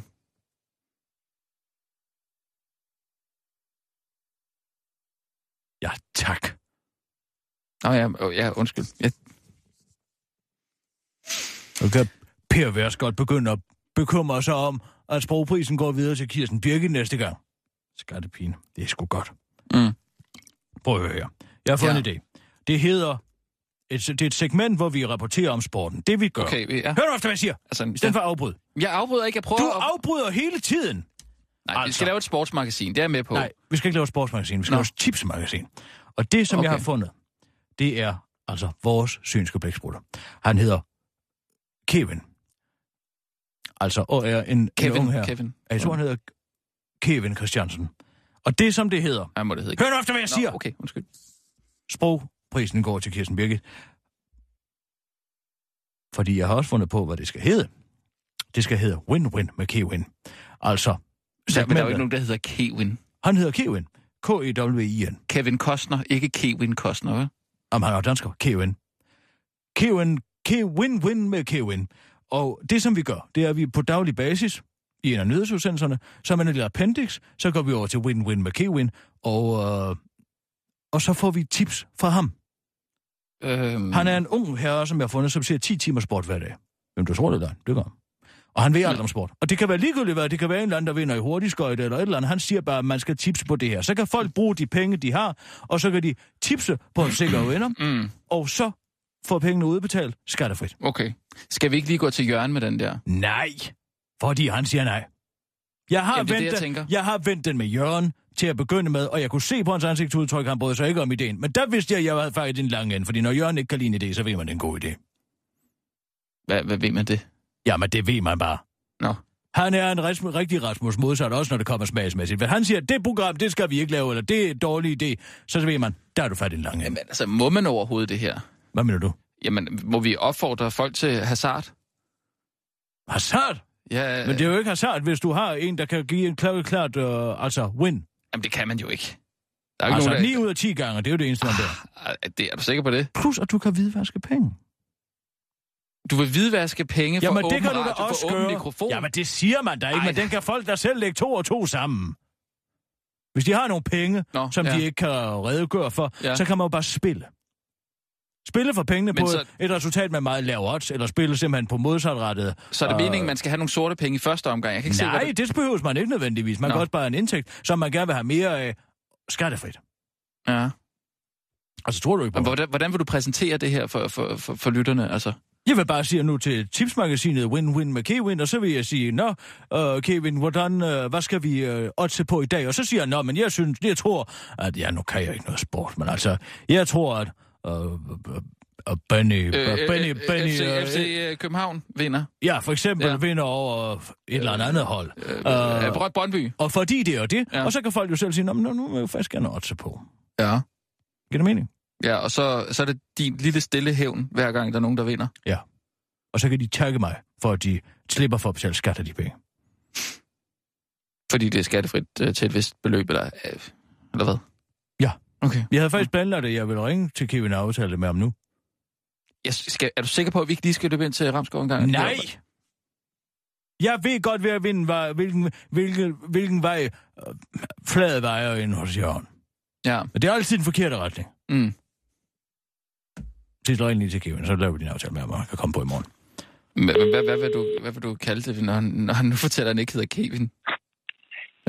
Ja, tak. Nå ja, undskyld. Ja. Nu kan Per Værsgodt begynde at bekymre sig om, at sprogprisen går videre til Kirsten Birgit næste gang. Skattepine, det er sgu godt. Prøv at høre her. Jeg har fået en idé. Det hedder... Det er et segment, hvor vi rapporterer om sporten. Det vi gør. Okay, ja. Hør nu efter, hvad jeg siger. Altså, i stedet for at afbryde. Jeg afbryder ikke, jeg prøver... Du afbryder hele tiden. Nej, vi skal lave et sportsmagasin, det er jeg med på. Nej, vi skal ikke lave et sportsmagasin, vi skal lave et tipsmagasin. Og det, som jeg har fundet, det er altså vores synske blæksprutter. Han hedder Kevin. Altså, og er en ung her. Kevin. Jeg tror, han hedder Kevin Christiansen. Og det, som det hedder... Ja, må det hedde. Hør nu efter, hvad jeg siger. Okay, undskyld. Sprogprisen går til Kirsten Birgit. Fordi jeg har også fundet på, hvad det skal hedde. Det skal hedde Win-Win med Kevin. Altså... Ja, men der er jo ikke nogen, der hedder Kevin. Han hedder Kevin. K-E-W-I-N. Kevin Costner, ikke Kevin Costner, hva'? Jamen, han er dansker. Kevin. Win-Win med Kevin. Og det, som vi gør, det er, at vi på daglig basis, i en af nyhedsudsendelserne, så er man et lille appendix, så går vi over til Win-Win med Kevin, og så får vi tips fra ham. Han er en ung herre, som jeg har fundet, som ser 10 timer sport hver dag. Hvem du tror det der? Det gør. Og han ved alt om sport. Og det kan være ligegyldigt hvad. Det kan være en eller anden, der vinder i hurtigskøjte eller et eller andet. Han siger bare, at man skal tipse på det her. Så kan folk bruge de penge, de har, og så kan de tipse på en sikker vinder. Og så får pengene udbetalt skattefrit. Okay. Skal vi ikke lige gå til Jørgen med den der? Nej, fordi han siger nej. Jeg har vendt den med Jørgen til at begynde med, og jeg kunne se på hans ansigtsudtryk, han brød sig ikke om ideen. Men der vidste jeg havde faktisk en lang ende, fordi når Jørgen ikke kan lide en idé, så ved man, det er en god idé. Hvad ved man det? Jamen, det ved man bare. Nå. Han er en rigtig Rasmus modsat, også når det kommer smagsmæssigt. Hvis han siger, at det program, det skal vi ikke lave, eller det er en dårlig idé, så ved man, der er du fat i en lang ende. Jamen, altså, må man overhovedet det her? Hvad mener du? Jamen, må vi opfordre folk til hasard? Hasard? Ja. Men det er jo ikke hasard, hvis du har en, der kan give en klart win. Jamen, det kan man jo ikke. Der er ikke nogen, 9 ud af 10 gange, det er jo det eneste, man der. Er du sikker på det? Plus, at du kan hvidvaske penge. Du vil hvidvaske penge for åben radio, det kan du da også for åben mikrofon? Jamen, det siger man da ikke, men den kan folk der selv lægge 2 og 2 sammen. Hvis de har nogle penge, som de ikke kan redegøre for, så kan man jo bare spille. Spille for pengene Men på så... et resultat med meget lav odds, eller spille simpelthen på modsatrettet. Så er det meningen, man skal have nogle sorte penge i første omgang? Jeg kan ikke Nej, det behøves man ikke nødvendigvis. Man kan også bare en indtægt, som man gerne vil have mere af skattefrit. Ja. Altså, tror du ikke på hvordan vil du præsentere det her for lytterne, altså? Jeg vil bare sige nu til tipsmagasinet Win-Win med Kevin, og så vil jeg sige, Kevin, hvad skal vi oddse på i dag? Og så siger han, men jeg tror, at nu kan jeg ikke noget sport, men altså, jeg tror, at Benny... FC København vinder. Ja, for eksempel vinder over et eller andet hold. Brøndby. Og fordi det er det, og så kan folk jo selv sige, nu vil jeg faktisk gerne oddse på. Ja. Giver det mening? Ja, og så er det din lille stille hævn, hver gang der er nogen, der vinder. Ja. Og så kan de takke mig, for at de slipper for at betale skat af de penge. Fordi det er skattefrit til et vist beløb, eller hvad? Ja. Okay. Jeg havde faktisk planlagt, at jeg ville ringe til Kevin og aftale det med ham nu. Er du sikker på, at vi ikke lige skal løbe ind til Ramskov en gang? Nej! Jeg ved godt, hvilken vej flade vejer ind hos Jørgen. Ja. Men det er altid den forkerte retning. Sidst ring lige til Kevin, så laver vi din aftale med ham, og han kan komme på i morgen. Hvad vil du kalde det, når han nu fortæller, at han ikke hedder Kevin? Ja.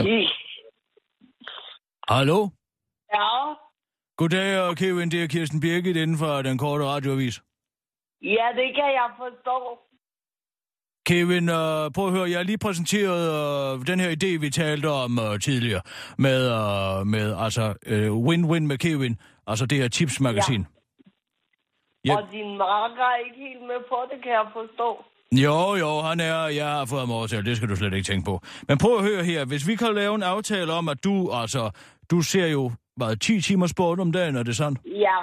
Hallo? Ja? Goddag, Kevin. Det er Kirsten Birgit inden for den korte radioavis. Ja, det kan jeg forstå. Kevin, prøv at høre, jeg har lige præsenteret den her idé, vi talte om tidligere, med Win-Win med Kevin, altså det her tipsmagasin. Ja. Og din marker er ikke helt med på det, kan jeg forstå. Jo, han er, jeg har fået ham overtalt, det skal du slet ikke tænke på. Men prøv at høre her, hvis vi kan lave en aftale om, at du ser jo, 10 timer sport om dagen, er det sådan? Ja.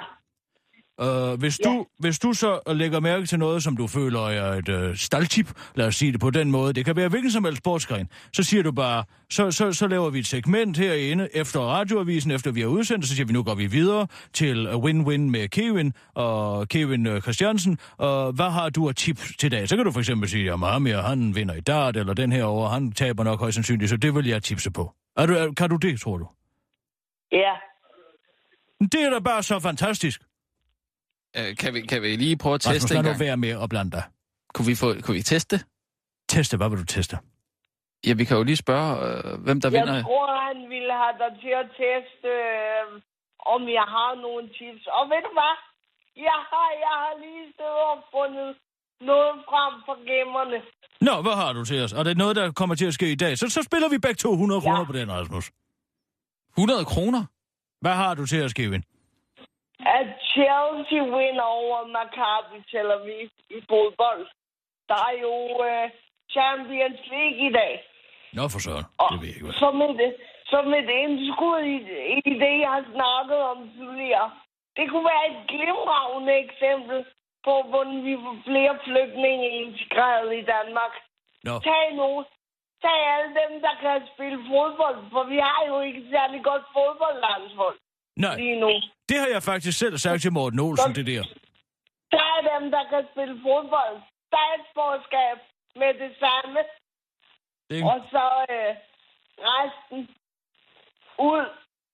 Hvis du så lægger mærke til noget, som du føler er et staldtip, lad os sige det på den måde, det kan være hvilken som helst sportsgren, så siger du bare, så laver vi et segment herinde efter radioavisen, efter vi har udsendt, så siger vi, nu går vi videre til Win-Win med Kevin og Kevin Christiansen, og hvad har du af tip til dag? Så kan du for eksempel sige, at Mahamir, han vinder i dart, eller den her over, han taber nok højst sandsynligt, så det vil jeg tipse på. Kan du det, tror du? Ja. Det er da bare så fantastisk. Kan vi lige prøve at teste en gang? Nu være med og blande dig. Kunne vi teste? Teste? Hvad vil du teste? Ja, vi kan jo lige spørge, hvem der vinder. Jeg tror, han ville have dig til at teste, om jeg har nogle tips. Og ved du hvad? Jeg har lige stået og fundet noget frem for gemmerne. Nå, hvad har du til os? Og det er noget, der kommer til at ske i dag. Så spiller vi begge 200 kroner på den, Rasmus. 100 kroner? Hvad har du til os, Kevin? At Chelsea vinder over Maccabi Tel Aviv i fodbold. Der er jo Champions League i dag. Nå, for søren. Det ved jeg ikke, hvad. Som et indskud i det, jeg har snakket om tidligere. Det kunne være et glimrende eksempel på, hvordan vi får flere flygtninge integreret i Danmark. Nå. Tag alle dem, der kan spille fodbold, for vi har jo ikke særlig godt fodboldlandshold. Nej, det har jeg faktisk selv sagt til Morten Olsen, det der. Der er dem, der kan spille fodbold. Statsborgerskab med det samme. Og så resten ud.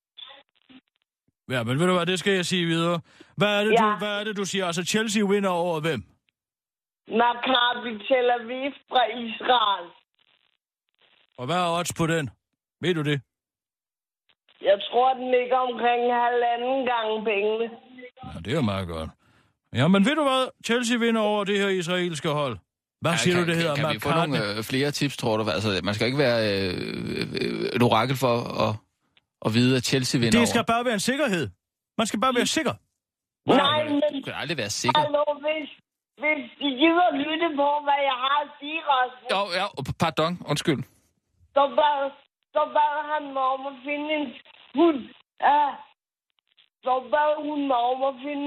Ja, men ved du hvad, det skal jeg sige videre. Hvad er det, du siger? Altså, Chelsea vinder over hvem? Maccabi Tel Aviv fra Israel. Og hvad er odds på den? Ved du det? Jeg tror, den ligger omkring 1,5 gange pengene. Ja, det er meget godt. Ja, men ved du hvad? Chelsea vinder over det her israelske hold. Hvad siger du, det hedder? Kan vi få nogle flere tips, tror du? Altså, man skal ikke være et orakel for at vide, at Chelsea vinder over. Det skal bare være en sikkerhed. Man skal bare være sikker. Nej, men... Du kan aldrig være sikker. Hallo, hvis I gider lytte på, hvad jeg har at sige, Rasmus. Ja, pardon, undskyld. Så bad han mig om at finde en hund. Ja. Så bad hun mig om at finde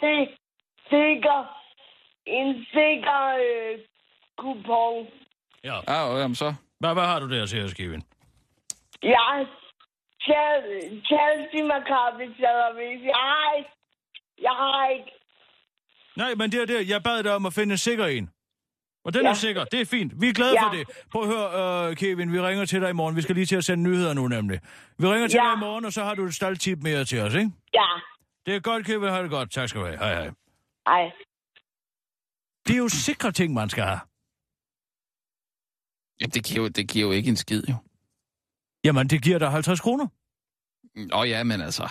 en sikker kupon. Ja. Jamen så. Hvad har du der til at skrive ind? Ja, Chelsea Maccabi Tel Aviv. Jeg har ikke. Nej, men det er det. Jeg bad dig om at finde en sikker en. Og den er sikker. Det er fint. Vi er glade for det. Prøv at høre, Kevin, vi ringer til dig i morgen. Vi skal lige til at sende nyheder nu, nemlig. Vi ringer til dig i morgen, og så har du et staldtip mere til os, ikke? Ja. Det er godt, Kevin. Ha' det godt. Tak skal du have. Hej, hej. Ej. Det er jo sikre ting, man skal have. Jamen, det giver jo ikke en skid, jo. Jamen, det giver dig 50 kroner. Ja, men altså...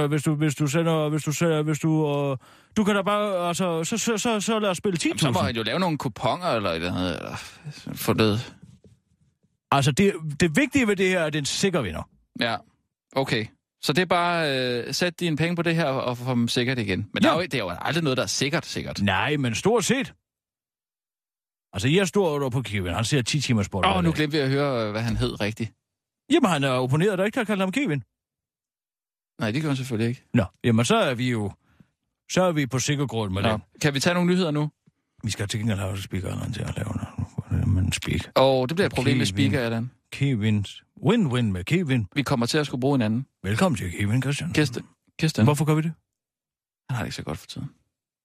Du kan da bare, altså, så lad os spille 10.000. Jamen, så må han jo lave nogle kuponer, eller et eller andet, eller få det. Altså, det vigtige ved det her er, at det er en sikker vinder. Ja, okay. Så det er bare, sæt dine penge på det her, og få dem sikkert igen. Men det er jo aldrig noget, der er sikkert. Nej, men stort set. Altså, jeg står der på Kevin. Han siger 10 timers sport. Nu glemte vi at høre, hvad han hed rigtigt. Jamen, han er opponeret, der ikke har kaldt ham Kevin. Nej, det gør han selvfølgelig ikke. Nå, jamen så er vi på sikker grund med det. Kan vi tage nogle nyheder nu? Vi skal til gengæld have speakeren til at lave noget. Speak. Det bliver et problem med speaker, Allan. Kevins. Win-win med Kevin. Vi kommer til at skulle bruge en anden. Velkommen til Kevin Christian. Kirsten. Hvorfor gør vi det? Han har det ikke så godt for tiden.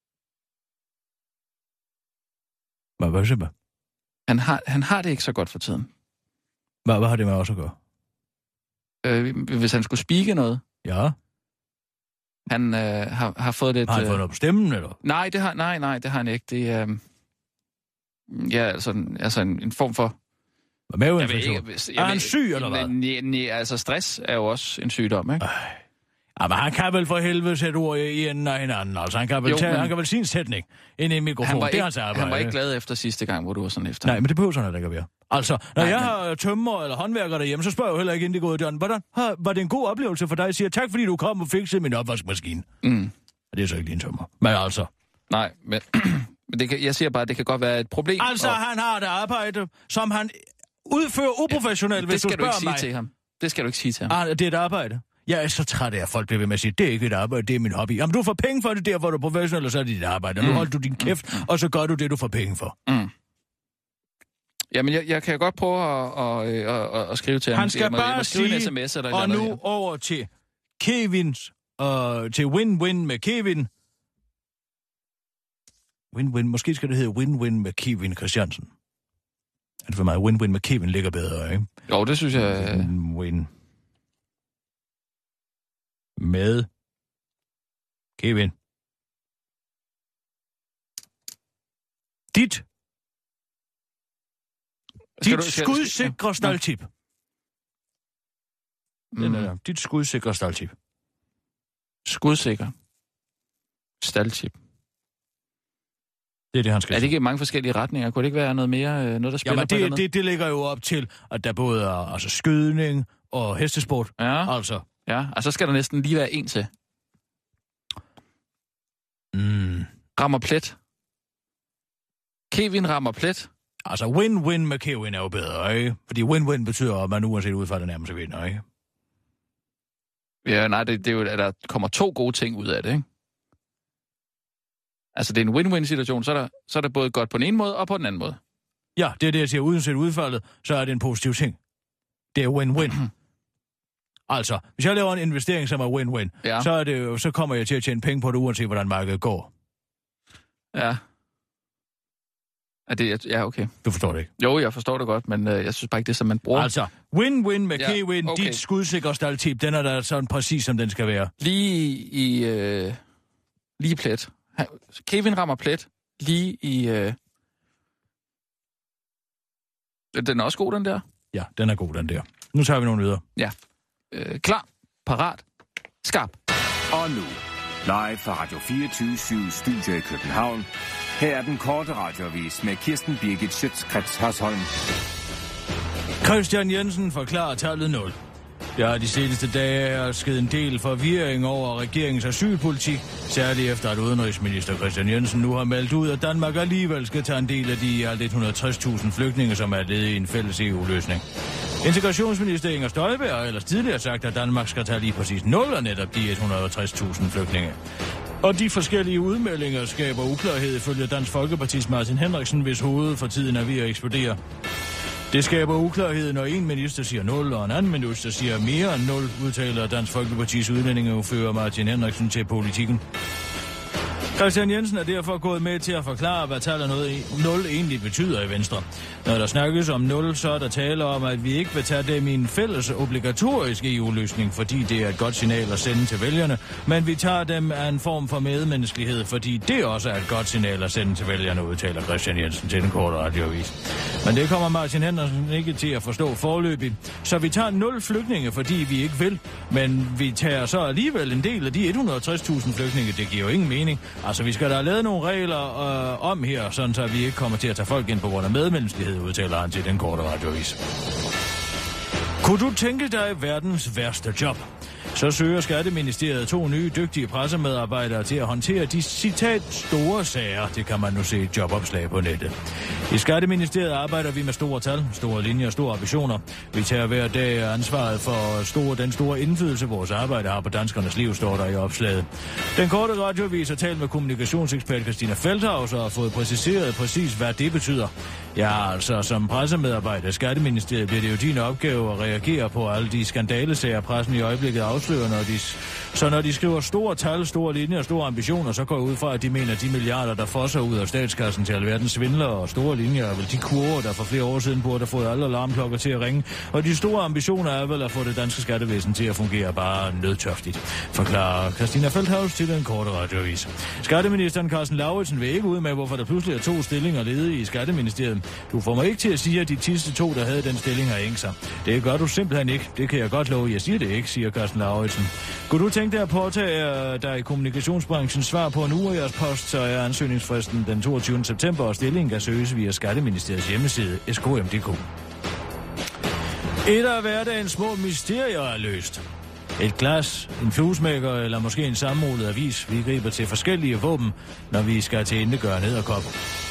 Hvad siger du? Han har det ikke så godt for tiden. Hvad har det med os at gøre? Hvis han skulle speake noget. Ja. Han har fået lidt... Har han fået noget på stemmen, eller? Nej, det har han ikke. Det er... altså en form for... Maveinfektion? Er han syg, eller hvad? Nej, altså stress er jo også en sygdom, ikke? Men han kan vel for helvede sætte ord i enden af hinanden. Altså, han kan vel sin sætning ind i en mikrofon. Det er hans arbejde. Han var ikke glad efter sidste gang, hvor du var sådan efter. Nej, men det behøver sådan, at ikke være. Altså, når jeg har tømmer eller håndværker derhjemme, så spørger jeg jo heller ikke, inden de går i døren. Var det en god oplevelse for dig? Jeg siger, tak fordi du kom og fikset min opvaskemaskine. Og det er så ikke din tømmer. Men altså... Nej, men jeg siger bare, at det kan godt være et problem. Altså, han har et arbejde, som han udfører uprofessionelt, hvis du spørger mig. Det skal du ikke sige til ham. Det skal du ikke sige til ham. Det er et arbejde. Jeg er så træt af, at folk bliver ved med at sige, det er ikke et arbejde, det er min hobby. Jamen, du får penge for det der, hvor du er professionel, og så er det dit arbejde. Nu holder du din kæft, og så gør du det, du får penge for. Jamen, jeg kan godt prøve at skrive til ham. Han skal bare sige, en sms eller og nu over til Kevins, til win-win med Kevin. Win-win, måske skal det hedde win-win med Kevin Christiansen. Er det for mig, win-win med Kevin ligger bedre, ikke? Jo, det synes jeg... Win-win med Kevin. Dit skudsikre staldtip. Dit skudsikre staldtip. Skudsikker staldtip. Det er det, han skal. Er det ikke mange forskellige retninger? Kunne det ikke være noget mere, noget der spiller på noget? Det ligger jo op til, at der både er skydning og hestesport. Ja. Ja, og så skal der næsten lige være en til. Rammer plet. Kevin rammer plet. Altså, win-win med Kevin er jo bedre, ikke? Fordi win-win betyder, at man uanset udfald der nærmest vinder, ikke? Ja, nej, det er jo, at der kommer 2 gode ting ud af det, ikke? Altså, det er en win-win-situation, så er der både godt på den ene måde og på den anden måde. Ja, det er det, jeg siger. Uanset udfaldet, så er det en positiv ting. Det er win-win. Altså, hvis jeg laver en investering, som er win-win, så kommer jeg til at tjene penge på det, uanset hvordan markedet går. Ja. Ja, okay. Du forstår det ikke? Jo, jeg forstår det godt, men jeg synes bare ikke, det er, som man bruger. Altså, win-win med Kevin, okay. Dit skudsikre staldtip, den er der sådan præcis, som den skal være. Lige plet. Kevin rammer plet. Lige i... Den er også god, den der? Ja, den er god, den der. Nu tager vi nogle videre. Ja. Klar, parat, skarp. Og nu, live fra Radio 24/7 Studio i København. Her er den korte radioavis med Kirsten Birgit Schøtz-Krets Hørsholm. Kristian Jensen forklarer tallet 0. Der har de seneste dage sket en del forvirring over regeringens asylpolitik, særligt efter at udenrigsminister Kristian Jensen nu har meldt ud, at Danmark alligevel skal tage en del af de i alt 160.000 flygtninge, som er led i en fælles EU-løsning. Integrationsminister Inger Støjberg har ellers tidligere sagt, at Danmark skal tage lige præcis 0 af netop de 160.000 flygtninge. Og de forskellige udmeldinger skaber uklarhed ifølge Dansk Folkepartis Martin Henriksen, hvis hovedet for tiden er ved at eksplodere. Det skaber uklarhed, når en minister siger 0, og en anden minister siger mere end 0, udtaler Dansk Folkepartis udlændingeordfører Martin Henriksen til Politikken. Christian Jensen er derfor gået med til at forklare, hvad tallet 0 egentlig betyder i Venstre. Når der snakkes om 0, så er der tale om, at vi ikke vil tage dem i en fælles obligatorisk EU-løsning, fordi det er et godt signal at sende til vælgerne, men vi tager dem af en form for medmenneskelighed, fordi det også er et godt signal at sende til vælgerne, udtaler Christian Jensen til den korte radioavis. Men det kommer Martin Henriksen ikke til at forstå forløbigt, så vi tager 0 flygtninge, fordi vi ikke vil, men vi tager så alligevel en del af de 160.000 flygtninge. Det giver jo ingen mening. Altså, vi skal da have lavet nogle regler om her, sådan så vi ikke kommer til at tage folk ind på grund af medmenneskelighed, udtaler han til den korte radioavis. Kunne du tænke dig verdens værste job? Så søger Skatteministeriet 2 nye dygtige pressemedarbejdere til at håndtere de citat store sager. Det kan man nu se et jobopslag på nettet. I Skatteministeriet arbejder vi med store tal, store linjer og store ambitioner. Vi tager hver dag ansvaret for den store indflydelse, vores arbejde har på danskernes liv, står der i opslaget. Den korte radioavis har talt med kommunikationsekspert Christina Feldhaus og har fået præciseret præcis, hvad det betyder. Ja, altså som pressemedarbejder i Skatteministeriet bliver det jo din opgave at reagere på alle de skandalesager, pressen i øjeblikket afslører, når de skriver store tal, store linjer og store ambitioner, så går jeg ud fra, at de mener, at de milliarder, der fosser ud af statskassen til alverdens svindler og store linjer, er vel de kurver, der for flere år siden burde have fået alle alarmklokker til at ringe. Og de store ambitioner er vel at få det danske skattevæsen til at fungere bare nødtørftigt, forklarer Christina Feldhaus til den korte radioavis. Skatteministeren Carsten Lauritsen vil ikke ud med, hvorfor der pludselig er 2 stillinger ledige i Skatteministeriet. Du får mig ikke til at sige, at de sidste 2, der havde den stilling, har ængt sig. Det gør du simpelthen ikke. Det kan jeg godt love. Jeg siger det ikke, siger Carsten Lauritsen. Kunne du tænke dig at påtage dig i kommunikationsbranchen svar på en ugeårspost, så er ansøgningsfristen den 22. september, og stillingen kan søges via Skatteministeriets hjemmeside skm.dk. Et af hverdagens små mysterier er løst. Et glas, en fluesmækker eller måske en sammenrullet avis. Vi griber til forskellige våben, når vi skal til indegøre en edderkop.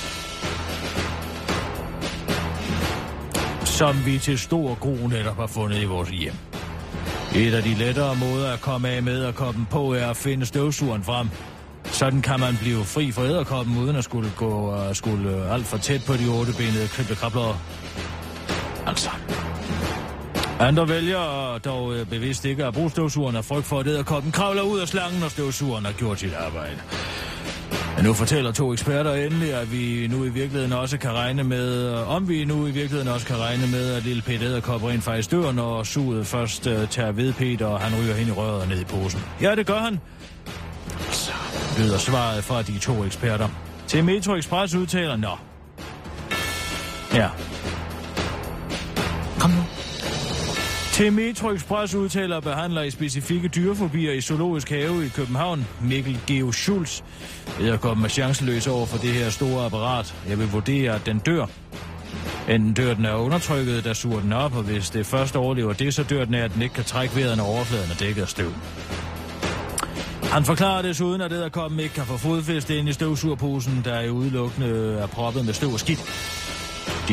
Som vi til stor gro netop har fundet i vores hjem. Et af de lettere måder at komme af med edderkoppen på er at finde støvsugeren frem. Sådan kan man blive fri for edderkoppen uden at skulle alt for tæt på de 8-benede kriblekrablere. Altså. Andre vælger dog bevidst ikke at bruge støvsugeren af frygt for, at edderkoppen kravler ud af slangen, og støvsugeren har gjort sit arbejde. Men nu fortæller 2 eksperter endelig, at vi nu i virkeligheden også kan regne med, at lille Peter Edderkop rent faktisk dør, når suget først tager ved Peter, og han ryger hen i røret og ned i posen. Ja, det gør han. Så lyder svaret fra de 2 eksperter. Til Metro Express udtaler, nå. Ja. Kom nu. Til Metro Express udtaler behandler i specifikke dyrefobier i Zoologisk Have i København, Mikkel Geo Schulz. Edderkoppen er chanceløs over for det her store apparat. Jeg vil vurdere, at den dør. Enten dør den af undertrykket, der suger den op, og hvis det først overlever det, så dør den af, at den ikke kan trække vejret, når overfladen er dækket af støv. Han forklarer desuden, at edderkoppen ikke kan få fodfæste ind i støvsugerposen, der er udelukkende er proppet med støv og skidt. De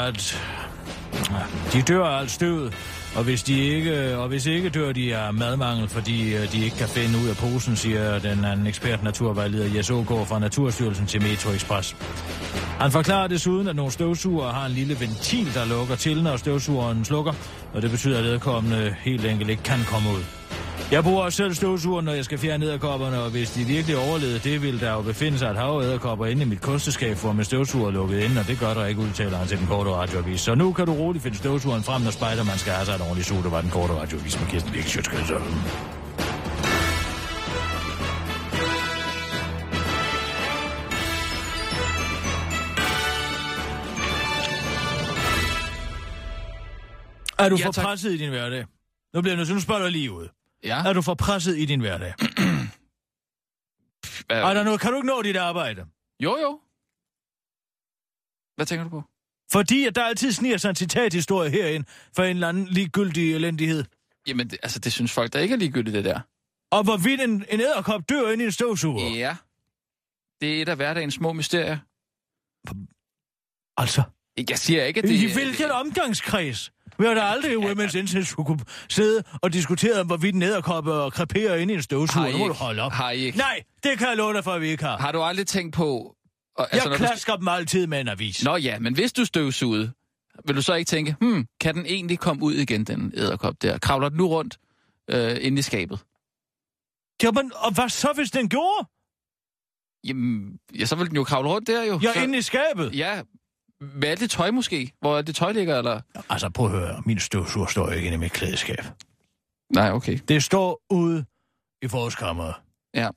dør af alt støvet. Og hvis ikke dør de af madmangel, fordi de ikke kan finde ud af posen, siger den anden ekspert naturvejleder Jes Aagaard fra Naturstyrelsen til Metro Express. Han forklarer desuden, at nogle støvsugere har en lille ventil, der lukker til, når støvsugeren slukker, og det betyder, at edderkopperne helt enkelt ikke kan komme ud. Jeg bruger også selv støvsugeren, når jeg skal fjerne edderkopperne, og hvis de virkelig overlevede det, vil der jo befinde sig et hav af edderkopper inde i mit kosteskab, hvor med støvsuger lukket inde, og det gør der ikke, udtaler han til den korte radioavis. Så nu kan du roligt finde støvsugeren frem, når Spider-Man skal have sig et ordentligt suge. Det var den korte radioavis med Kirsten Birgit Schøtz-Krets. Er du for presset i din hverdag? Nu bliver jeg nødt til at spørge dig lige ud. Ja. Er du for presset i din hverdag? Er der noget? Kan du ikke nå dit arbejde? Jo. Hvad tænker du på? Fordi at der altid sniger sig en citathistorie herind for en eller anden ligegyldig elendighed. Jamen, det synes folk, der ikke er ligegyldigt, det der. Og hvorvidt en edderkop dør inde i en støvsuger? Ja. Det er et af hverdagens små mysterier. Altså? Jeg siger ikke, at det... I hvilken omgangskreds? Vi har da aldrig Women's Instance kunne sidde og diskutere, hvorvidt en edderkop og kreperer inde i en støvsuger. Nu må du holde op. Har I ikke? Nej, det kan jeg love dig for, at vi ikke har. Har du aldrig tænkt på... Jeg klasker dem altid med en avis. Nå ja, men hvis du støvsugede, vil du så ikke tænke, kan den egentlig komme ud igen, den edderkop der? Kravler den nu rundt inde i skabet? Jamen, og hvad så, hvis den gjorde? Jamen, ja, så vil den jo kravle rundt der jo. Ja, så... inde i skabet. Ja, med alt det tøj måske. Hvor alt det tøj ligger, eller? Altså, prøv at høre. Min støvsuger står ikke inde i mit klædeskab. Nej, okay. Det står ude i forskammeret. Ja.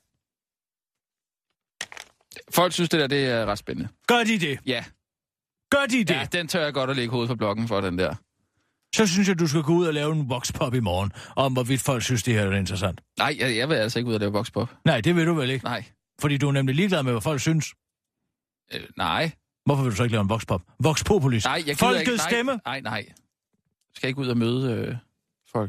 Folk synes, det er ret spændende. Gør de det? Ja. Gør de det? Ja, den tør jeg godt at lægge hovedet på blokken for, den der. Så synes jeg, du skal gå ud og lave en voxpop i morgen, om hvorvidt folk synes, det her er interessant. Nej, jeg vil altså ikke ud og lave voxpop. Nej, det vil du vel ikke? Nej. Fordi du er nemlig ligeglad med, hvad folk synes. Nej. Hvorfor vil du så ikke lave en voxpop? Voxpopulis. Nej, jeg Folkets ikke. stemme? Nej. Skal ikke ud og møde folk.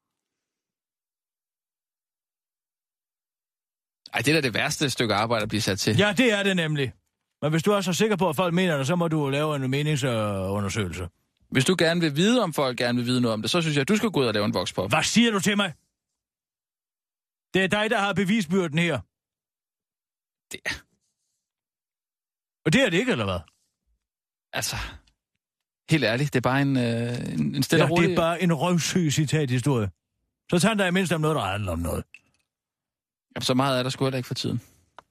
Ej, det er da det værste stykke arbejde at blive sat til. Ja, det er det nemlig. Men hvis du er så sikker på, at folk mener det, så må du lave en meningsundersøgelse. Hvis du gerne vil vide, om folk gerne vil vide noget om det, så synes jeg, at du skal gå ud og lave en voxpop. Hvad siger du til mig? Det er dig, der har bevisbyrden her. Det... Og det er det ikke, eller hvad? Altså, helt ærligt, det er bare en stille og rolig... det er bare en røvsyg citathistorie. Så tager dig mindst om noget, der handler om noget. Jamen, så meget er der sgu heller ikke for tiden.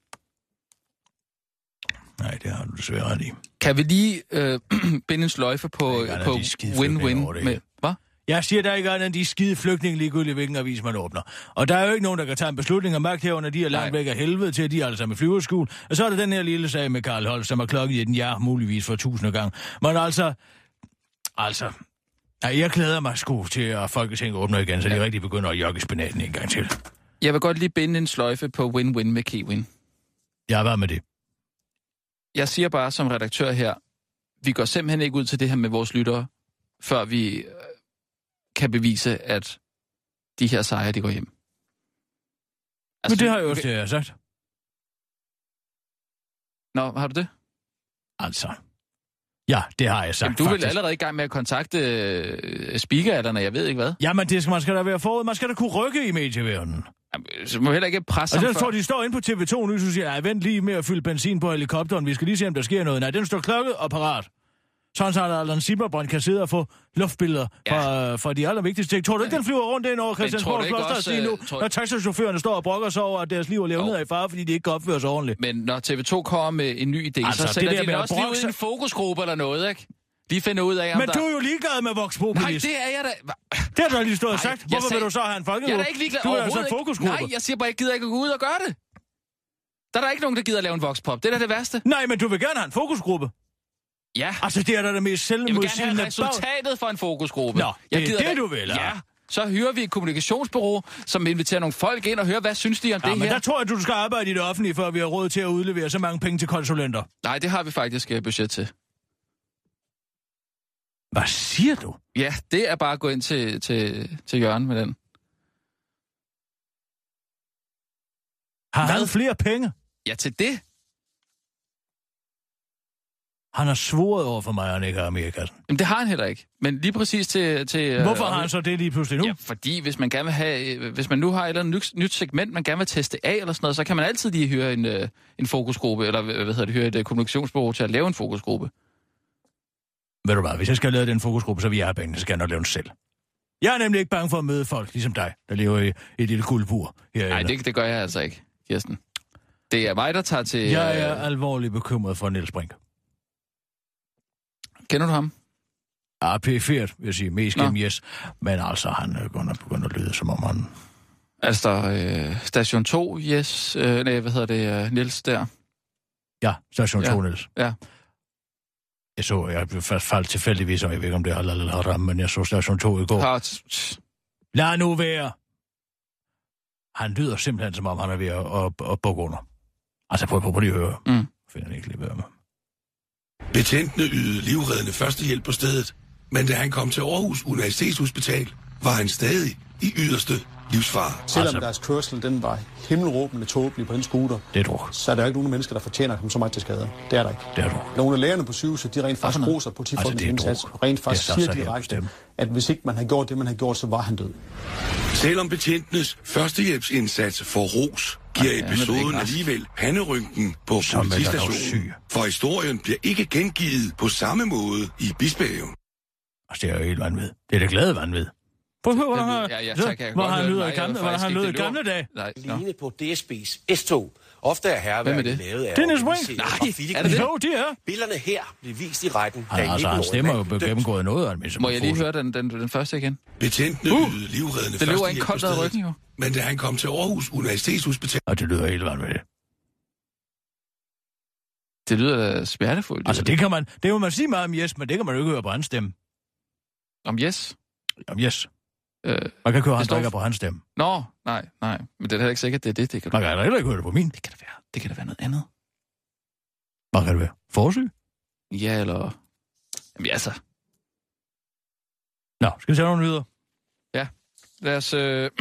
Nej, det har du desværre ret i. Kan vi lige binde en sløjfe på win-win med... Hvad? Jeg siger, der er ikke andet end de skide flygtninge ligegyldigt, hvilken avis man åbner. Og der er jo ikke nogen, der kan tage en beslutning om magthaverne, de er langt væk af helvede til, at de er alle sammen i flyverskole. Og så er der den her lille sag med Karl Holst, som har klokket i den muligvis for 1000 gange. Men altså... Nej, jeg glæder mig sgu til, at Folketinget åbner igen, så de rigtig begynder at jogge spinaten en gang til. Jeg vil godt lige binde en sløjfe på win-win med Kewin. Ja, hvad med det? Jeg siger bare som redaktør her, vi går simpelthen ikke ud til det her med vores lyttere, før vi kan bevise, at de her sejre, de går hjem. Altså, men det har jeg jo også, det jeg har sagt. Nå, har du det? Altså... Ja, det har jeg sagt. Jamen, du er vel allerede i gang med at kontakte speakeralderne, jeg ved ikke hvad. Jamen, man skal da være forud. Man skal da kunne rykke i medieverdenen. Jamen, så må heller ikke presse ham for... De står inde på TV2 nu, så siger jeg, vent lige med at fylde benzin på helikopteren. Vi skal lige se, om der sker noget. Nej, den står klokket og parat. Sådan så Allan Zimmerbrand kan sidde og få luftbilleder fra de allervigtigste ting. Tror du ikke, den flyver rundt ind over Christiansborg Kloster sige nu, når taxachaufførerne står og brokker sig over, at deres liv er levnet i fare, fordi de ikke kan opføre sig ordentligt? Men når TV2 kommer med en ny idé, altså, så sætter de også lige ud i en fokusgruppe eller noget, ikke? Lige finder ud af, om men du er jo ligeglad med Vox Populis. Nej, det er jeg da... Det har du lige stået og sagt. Hvorfor vil du så have en folkegruppe? Jeg er da ikke ligeglad overhovedet. Du er altså en fokusgruppe. Nej, jeg siger bare, jeg gider ikke at gå ud og gøre det. Der er der ikke nogen, der gider at lave en voxpop. Det er da det værste. Nej, men du vil gerne have en fokusgruppe. Ja. Altså, det er da det mest selvmodsigende... Jeg vil gerne have resultatet for en fokusgruppe. Nå, det er det, du vil, ja. Så hyrer vi et kommunikationsbureau, som inviterer nogle folk ind og hører, hvad synes de om det her? Men der tror jeg, du skal arbejde i det offentlige, før vi har råd til at udlevere så mange penge til konsulenter. Nej, det har vi faktisk budget til. Hvad siger du? Ja, det er bare at gå ind til Jørgen med den. Har han flere penge? Ja, til det. Han har svoret over for mig, at han ikke har Amerikassen. Jamen, det har han heller ikke. Men lige præcis til hvorfor har han så det lige pludselig nu? Ja, fordi hvis man gerne vil have... Hvis man nu har et eller andet nyt segment, man gerne vil teste af eller sådan noget, så kan man altid lige høre en fokusgruppe, eller høre et kommunikationsbureau til at lave en fokusgruppe. Ved du hvad, hvis jeg skal lave den fokusgruppe, så vil jeg have pengene, så skal jeg nok lave den selv. Jeg er nemlig ikke bange for at møde folk, ligesom dig, der lever i et lille guldbur. Nej, det gør jeg altså ikke, Kirsten. Det er mig, der tager til... Jeg er alvorligt bekymret for Niels Brink. Kender du ham? P4, vil jeg sige, mest gennem yes. Men altså, han er begyndt at lyde, som om han... Altså, Station 2, yes. Niels der? Ja, Station 2, Niels. Ja. Jeg faldt tilfældigvis, og jeg ved ikke, om det er haram, men jeg så Station 2 i går. Lad nu være. Han lyder simpelthen, som om han er ved at bukke under. Altså, prøv lige at høre. Finder han ikke lige ved med. Betjentene ydede livreddende førstehjælp på stedet, men da han kom til Aarhus Universitetshospital, var han stadig i yderste livsfare. Selvom deres kørsel den var himmelråbende tåbelig på den scooter, så er der ikke nogen mennesker, der fortjener at komme så meget til skade. Det er der ikke. Det er du. Nogle af lægerne på sygehuset, de rent faktisk roser på politifolkens indsats, og rent faktisk siger direkte, at hvis ikke man havde gjort det, man havde gjort, så var han død. Selvom betjentenes førstehjælpsindsats får ros, giver episoden alligevel panderynken på politistationen. For historien bliver ikke gengivet på samme måde i Bispehaven. Altså, det er jo helt vanvittigt. Det er da glade vanvittigt. Prøv at høre, hvor han lyder i gamle dage. Lignende på DSB's S-tog Ofte er herværket lavet af... Dennis Brink? Nej, er det det? Jo, det er. Billederne her blev vist i retten. Han stemmer jo gennemgået noget. Må jeg lige høre den første igen? Betjentene ydede livreddende det løber en koldt ad ryggen, jo. Men da han kom til Aarhus Universitetshospital... Og det lyder helt vanvittigt. Det lyder da smertefuldt. Altså, det må man sige meget om Yes, men det kan man jo ikke høre på hans stemme. Om Yes? Om Yes. Man kan høre, han drikker på hans stemme. Nå, nej. Men det er heller ikke sikkert, det er det. Man kan heller ikke høre det på min. Det kan det være. Det kan da være noget andet. Hvad kan det være? Forsyg? Ja, eller... Jamen altså... Nå, skal vi tage nogle nyheder? Ja. Lad os... Det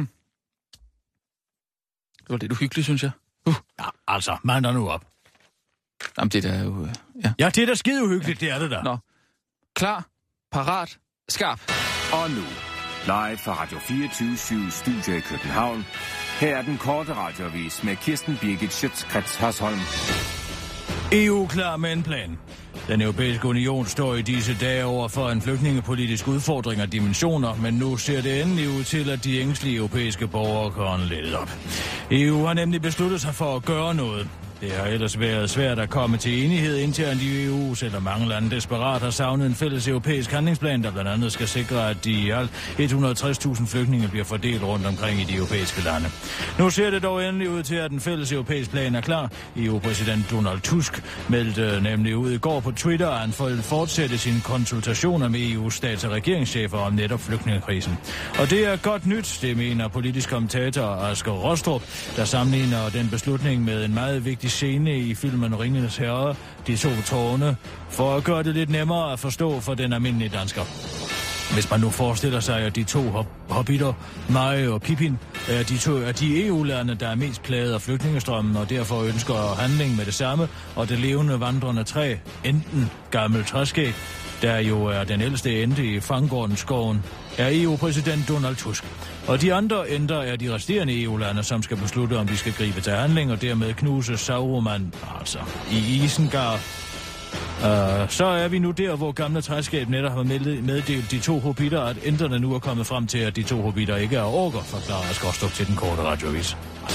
var lidt uhyggeligt, synes jeg. Ja, altså, mand der nu op. Jamen, det er da jo... Ja, det er da skide uhyggeligt, det er det der. Nå. Klar, parat, skarp. Og nu, live fra Radio 24/7 Studio i København. Her er den korte radioavis med Kirsten Birgit Schøtz-Krets Hørsholm. EU klar med en plan. Den europæiske union står i disse dage over for en flygtningepolitisk udfordring af dimensioner, men nu ser det endelig ud til, at de ængstlige europæiske borgere kan lidt op. EU har nemlig besluttet sig for at gøre noget. Det har ellers været svært at komme til enighed internt i EU, selvom mange lande desperat har savnet en fælles europæisk handlingsplan, der blandt andet skal sikre, at de i alt 160.000 flygtninge bliver fordelt rundt omkring i de europæiske lande. Nu ser det dog endelig ud til, at en fælles europæisk plan er klar. EU-præsident Donald Tusk meldte nemlig ud i går på Twitter, at han vil fortsætte sine konsultationer med EU's stats- og regeringschefer om netop flygtningekrisen. Og det er godt nyt, det mener politisk kommentator Asger Rostrup, der sammenligner den beslutning med en meget vigtig scene i filmen Ringenes Herre, De to tårne, for at gøre det lidt nemmere at forstå for den almindelige dansker. Hvis man nu forestiller sig, at de to hobbitter, Mary og Pippin, er de EU-lande, der er mest plaget af flygtningestrømmen, og derfor ønsker handling med det samme, og det levende vandrende træ, enten gammel træskæg, der jo er den ældste ende i Fangårdenskoven, er EU-præsident Donald Tusk. Og de andre ender er de resterende EU-lande, som skal beslutte, om de skal gribe til handling og dermed knuse Sauron, altså i Isengard. Så er vi nu der, hvor gamle træskab netop har meddelt de to hobitter, at ænderne nu er kommet frem til, at de to hobitter ikke er orker, forklarer Skorstrup til den korte radioavis.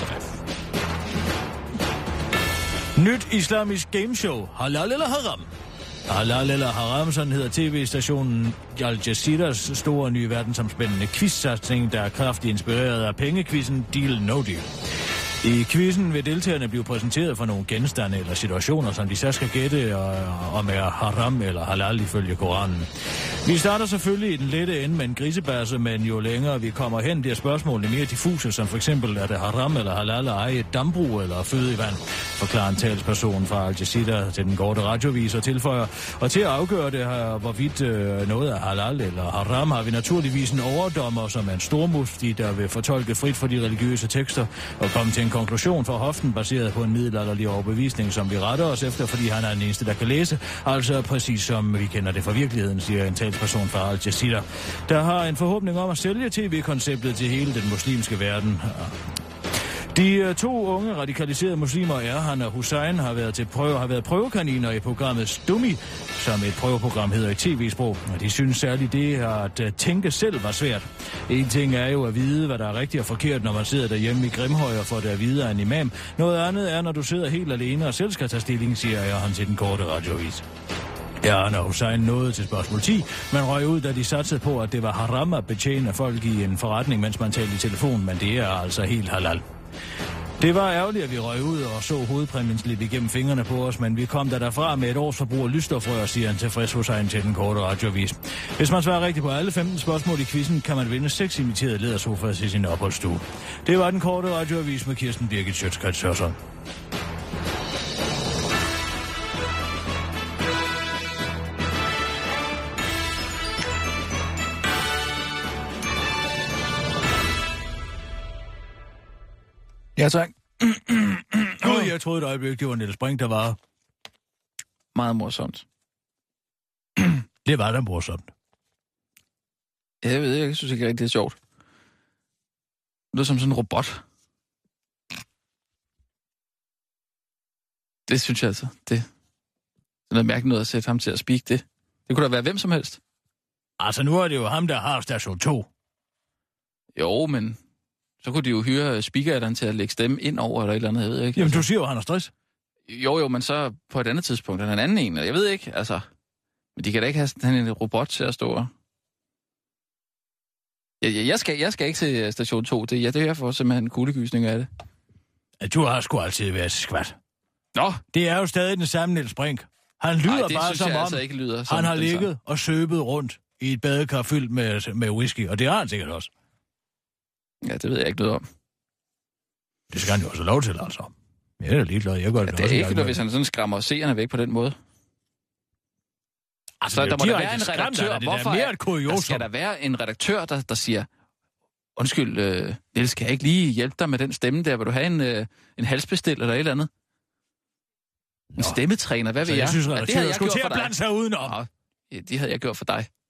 Nyt islamisk gameshow, halal eller haram? Halal eller haram, sådan hedder tv-stationen Al Jazeeras store nye verdensomspændende quizsatsning, der er kraftigt inspireret af pengekvizzen Deal No Deal. I quizzen vil deltagerne blive præsenteret for nogle genstande eller situationer, som de så skal gætte om er haram eller halal ifølge Koranen. Vi starter selvfølgelig i den lette ende med en grisebasse, men jo længere vi kommer hen, bliver spørgsmålene mere diffuse, som for eksempel er det haram eller halal at eje et dambrug eller føde i vand, forklarer en talsperson fra Al Jazeera til den korte radioavis og tilføjer. Og til at afgøre det her, hvorvidt noget er halal eller haram, har vi naturligvis en overdommer, som er en stormufti, der vil fortolke frit for de religiøse tekster og komme til en konklusion for hoften, baseret på en middelalderlig overbevisning, som vi retter os efter, fordi han er den eneste, der kan læse. Altså præcis som vi kender det fra virkeligheden, siger en talsperson fra Al Jazeera, der har en forhåbning om at sælge tv-konceptet til hele den muslimske verden. De to unge radikaliserede muslimer, Erhan og Hussein, har været prøvekaniner i programmet Stummi, som et prøveprogram hedder i tv-sprog. Og de synes særligt det at tænke selv var svært. En ting er jo at vide, hvad der er rigtigt og forkert, når man sidder derhjemme i Grimhøj og får det at vide af en imam. Noget andet er, når du sidder helt alene og selv skal tage stilling, siger Erhan til den korte radioavis. Erhan og Hussein nåede til spørgsmål 10, men røg ud, da de satsede på, at det var haram at betjene folk i en forretning, mens man talte i telefon, men det er altså helt halal. Det var ærgerligt, at vi røg ud og så hovedpræmien slippe igennem fingrene på os, men vi kom derfra med et års forbrug af lysstofrør, siger han tilfreds hos egen til den korte radioavis. Hvis man svarer rigtigt på alle 15 spørgsmål i quizzen, kan man vinde 6 imiterede lædersofaer til sin opholdsstue. Det var den korte radioavis med Kirsten Birgit Schøtz-Krets Hørsholm. Ja, tak. Jeg troede et øjeblik, det var Niels Brink, der var meget morsomt. Det var da morsomt. Jeg ved ikke, jeg synes ikke rigtig, det er sjovt. Det er som sådan en robot. Det synes jeg altså. Det er noget mærkeligt noget at sætte ham til at speak det. Det kunne da være hvem som helst. Altså, nu er det jo ham, der har station 2. Jo, men Så kunne de jo hyre speakeren til at lægge stemme ind over eller et eller andet, jeg ved ikke. Jamen, du siger jo, han har stress. Jo, men så på et andet tidspunkt, en anden en, jeg ved ikke, altså. Men de kan da ikke have sådan en robot til at stå og... Jeg skal ikke se Station 2, det er derfor simpelthen en kuldegysning af det. Ja, du har sgu altid været skvat. Nå! Det er jo stadig den samme Niels Brink. Han lyder bare som om, altså ikke lyder, som han har ligget og søbet rundt i et badekar fyldt med whisky, og det har han sikkert også. Ja, det ved jeg ikke noget om. Det skal han jo også lov til, altså. Jeg er da ligeglad. Jeg gør det er ikke noget, hvis han sådan skræmmer seerne væk på den måde. Altså, så der må der være en redaktør. Hvorfor skal der være en redaktør, der siger, undskyld, Niels, kan jeg ikke lige hjælpe dig med den stemme der? Vil du have en halsbestil eller et eller andet? En stemmetræner, hvad vil jeg? Jeg synes, redaktører skulle til at blande sig udenom. Ja, det havde jeg gjort for dig.